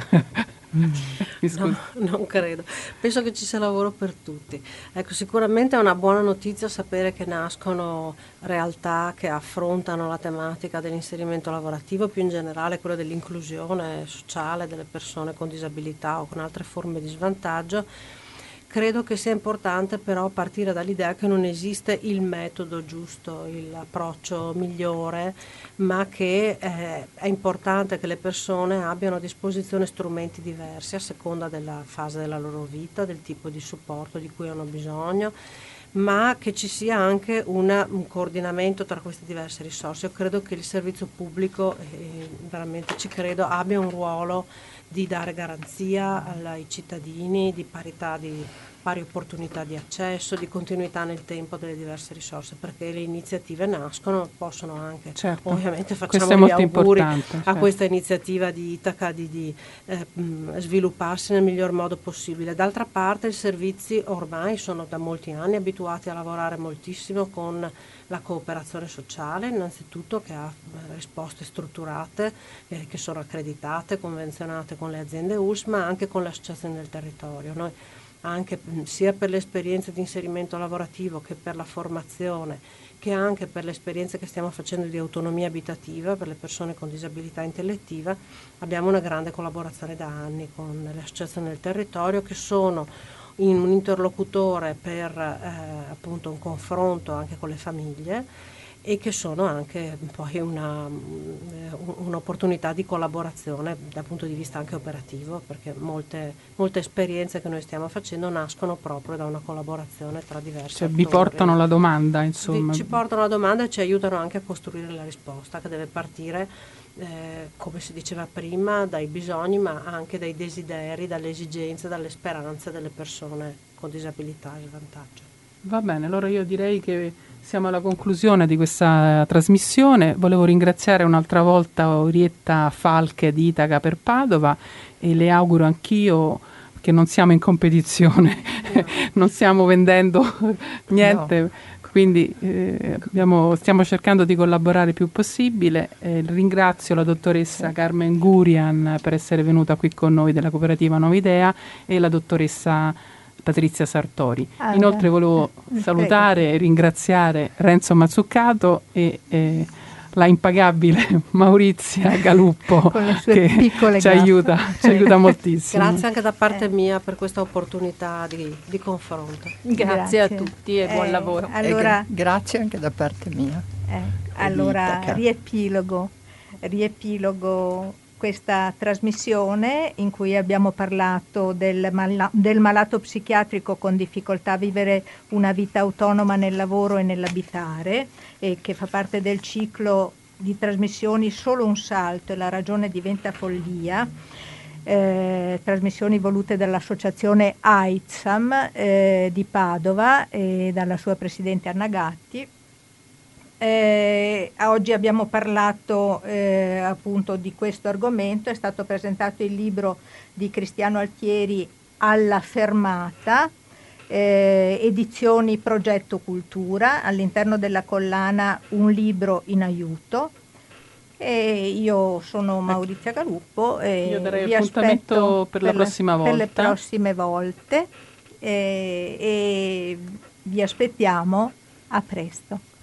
Mi scusi. No, non credo. Penso che ci sia lavoro per tutti. Ecco, sicuramente è una buona notizia sapere che nascono realtà che affrontano la tematica dell'inserimento lavorativo, più in generale quello dell'inclusione sociale delle persone con disabilità o con altre forme di svantaggio. Credo che sia importante però partire dall'idea che non esiste il metodo giusto, l'approccio migliore, ma che eh, è importante che le persone abbiano a disposizione strumenti diversi a seconda della fase della loro vita, del tipo di supporto di cui hanno bisogno, ma che ci sia anche una, un coordinamento tra queste diverse risorse. Io credo che il servizio pubblico, eh, veramente ci credo, abbia un ruolo di dare garanzia ai cittadini di parità, di pari opportunità di accesso, di continuità nel tempo delle diverse risorse, perché le iniziative nascono, possono anche, Certo. ovviamente Questo facciamo è gli molto auguri importante, a certo. questa iniziativa di Itaca di, di eh, mh, svilupparsi nel miglior modo possibile. D'altra parte i servizi ormai sono da molti anni abituati a lavorare moltissimo con la cooperazione sociale, innanzitutto, che ha risposte strutturate, eh, che sono accreditate, convenzionate con le aziende U L S, ma anche con le associazioni del territorio. Noi anche sia per le esperienze di inserimento lavorativo che per la formazione, che anche per le esperienze che stiamo facendo di autonomia abitativa per le persone con disabilità intellettiva, abbiamo una grande collaborazione da anni con le associazioni del territorio, che sono in un interlocutore per eh, appunto un confronto anche con le famiglie, e che sono anche poi una, un'opportunità di collaborazione dal punto di vista anche operativo, perché molte, molte esperienze che noi stiamo facendo nascono proprio da una collaborazione tra diversi Cioè attori. vi portano la domanda, insomma. Ci portano la domanda e ci aiutano anche a costruire la risposta, che deve partire, eh, come si diceva prima, dai bisogni, ma anche dai desideri, dalle esigenze, dalle speranze delle persone con disabilità e svantaggio. Va bene, allora io direi che siamo alla conclusione di questa trasmissione. Volevo ringraziare un'altra volta Orietta Falche di Itaca per Padova e le auguro anch'io che non siamo in competizione, no. Non stiamo vendendo niente, no. Quindi eh, abbiamo, stiamo cercando di collaborare il più possibile. Eh, ringrazio la dottoressa Carmen Gurian per essere venuta qui con noi della cooperativa Nuova Idea e la dottoressa Patrizia Sartori. Ah, Inoltre volevo eh, salutare e ringraziare Renzo Mazzucato e eh, la impagabile Maurizia Galuppo con le sue che piccole ci aiuta, ci aiuta moltissimo. Grazie anche da parte eh. mia per questa opportunità di, di confronto. Grazie, Grazie a tutti e eh, buon lavoro. Allora, gra- grazie anche da parte mia. Eh, allora, riepilogo, riepilogo questa trasmissione in cui abbiamo parlato del, mal- del malato psichiatrico con difficoltà a vivere una vita autonoma nel lavoro e nell'abitare, e che fa parte del ciclo di trasmissioni Solo un salto e la ragione diventa follia. eh, trasmissioni volute dall'associazione AIDSAM eh, di Padova e dalla sua presidente Anna Gatti. Eh, oggi abbiamo parlato eh, appunto di questo argomento. È stato presentato il libro di Cristiano Altieri, Alla fermata, eh, edizioni Progetto Cultura, all'interno della collana Un libro in aiuto. E io sono Maurizia Galuppo e io darei vi appuntamento aspetto per la per prossima le, volta. per le prossime volte e, e vi aspettiamo a presto.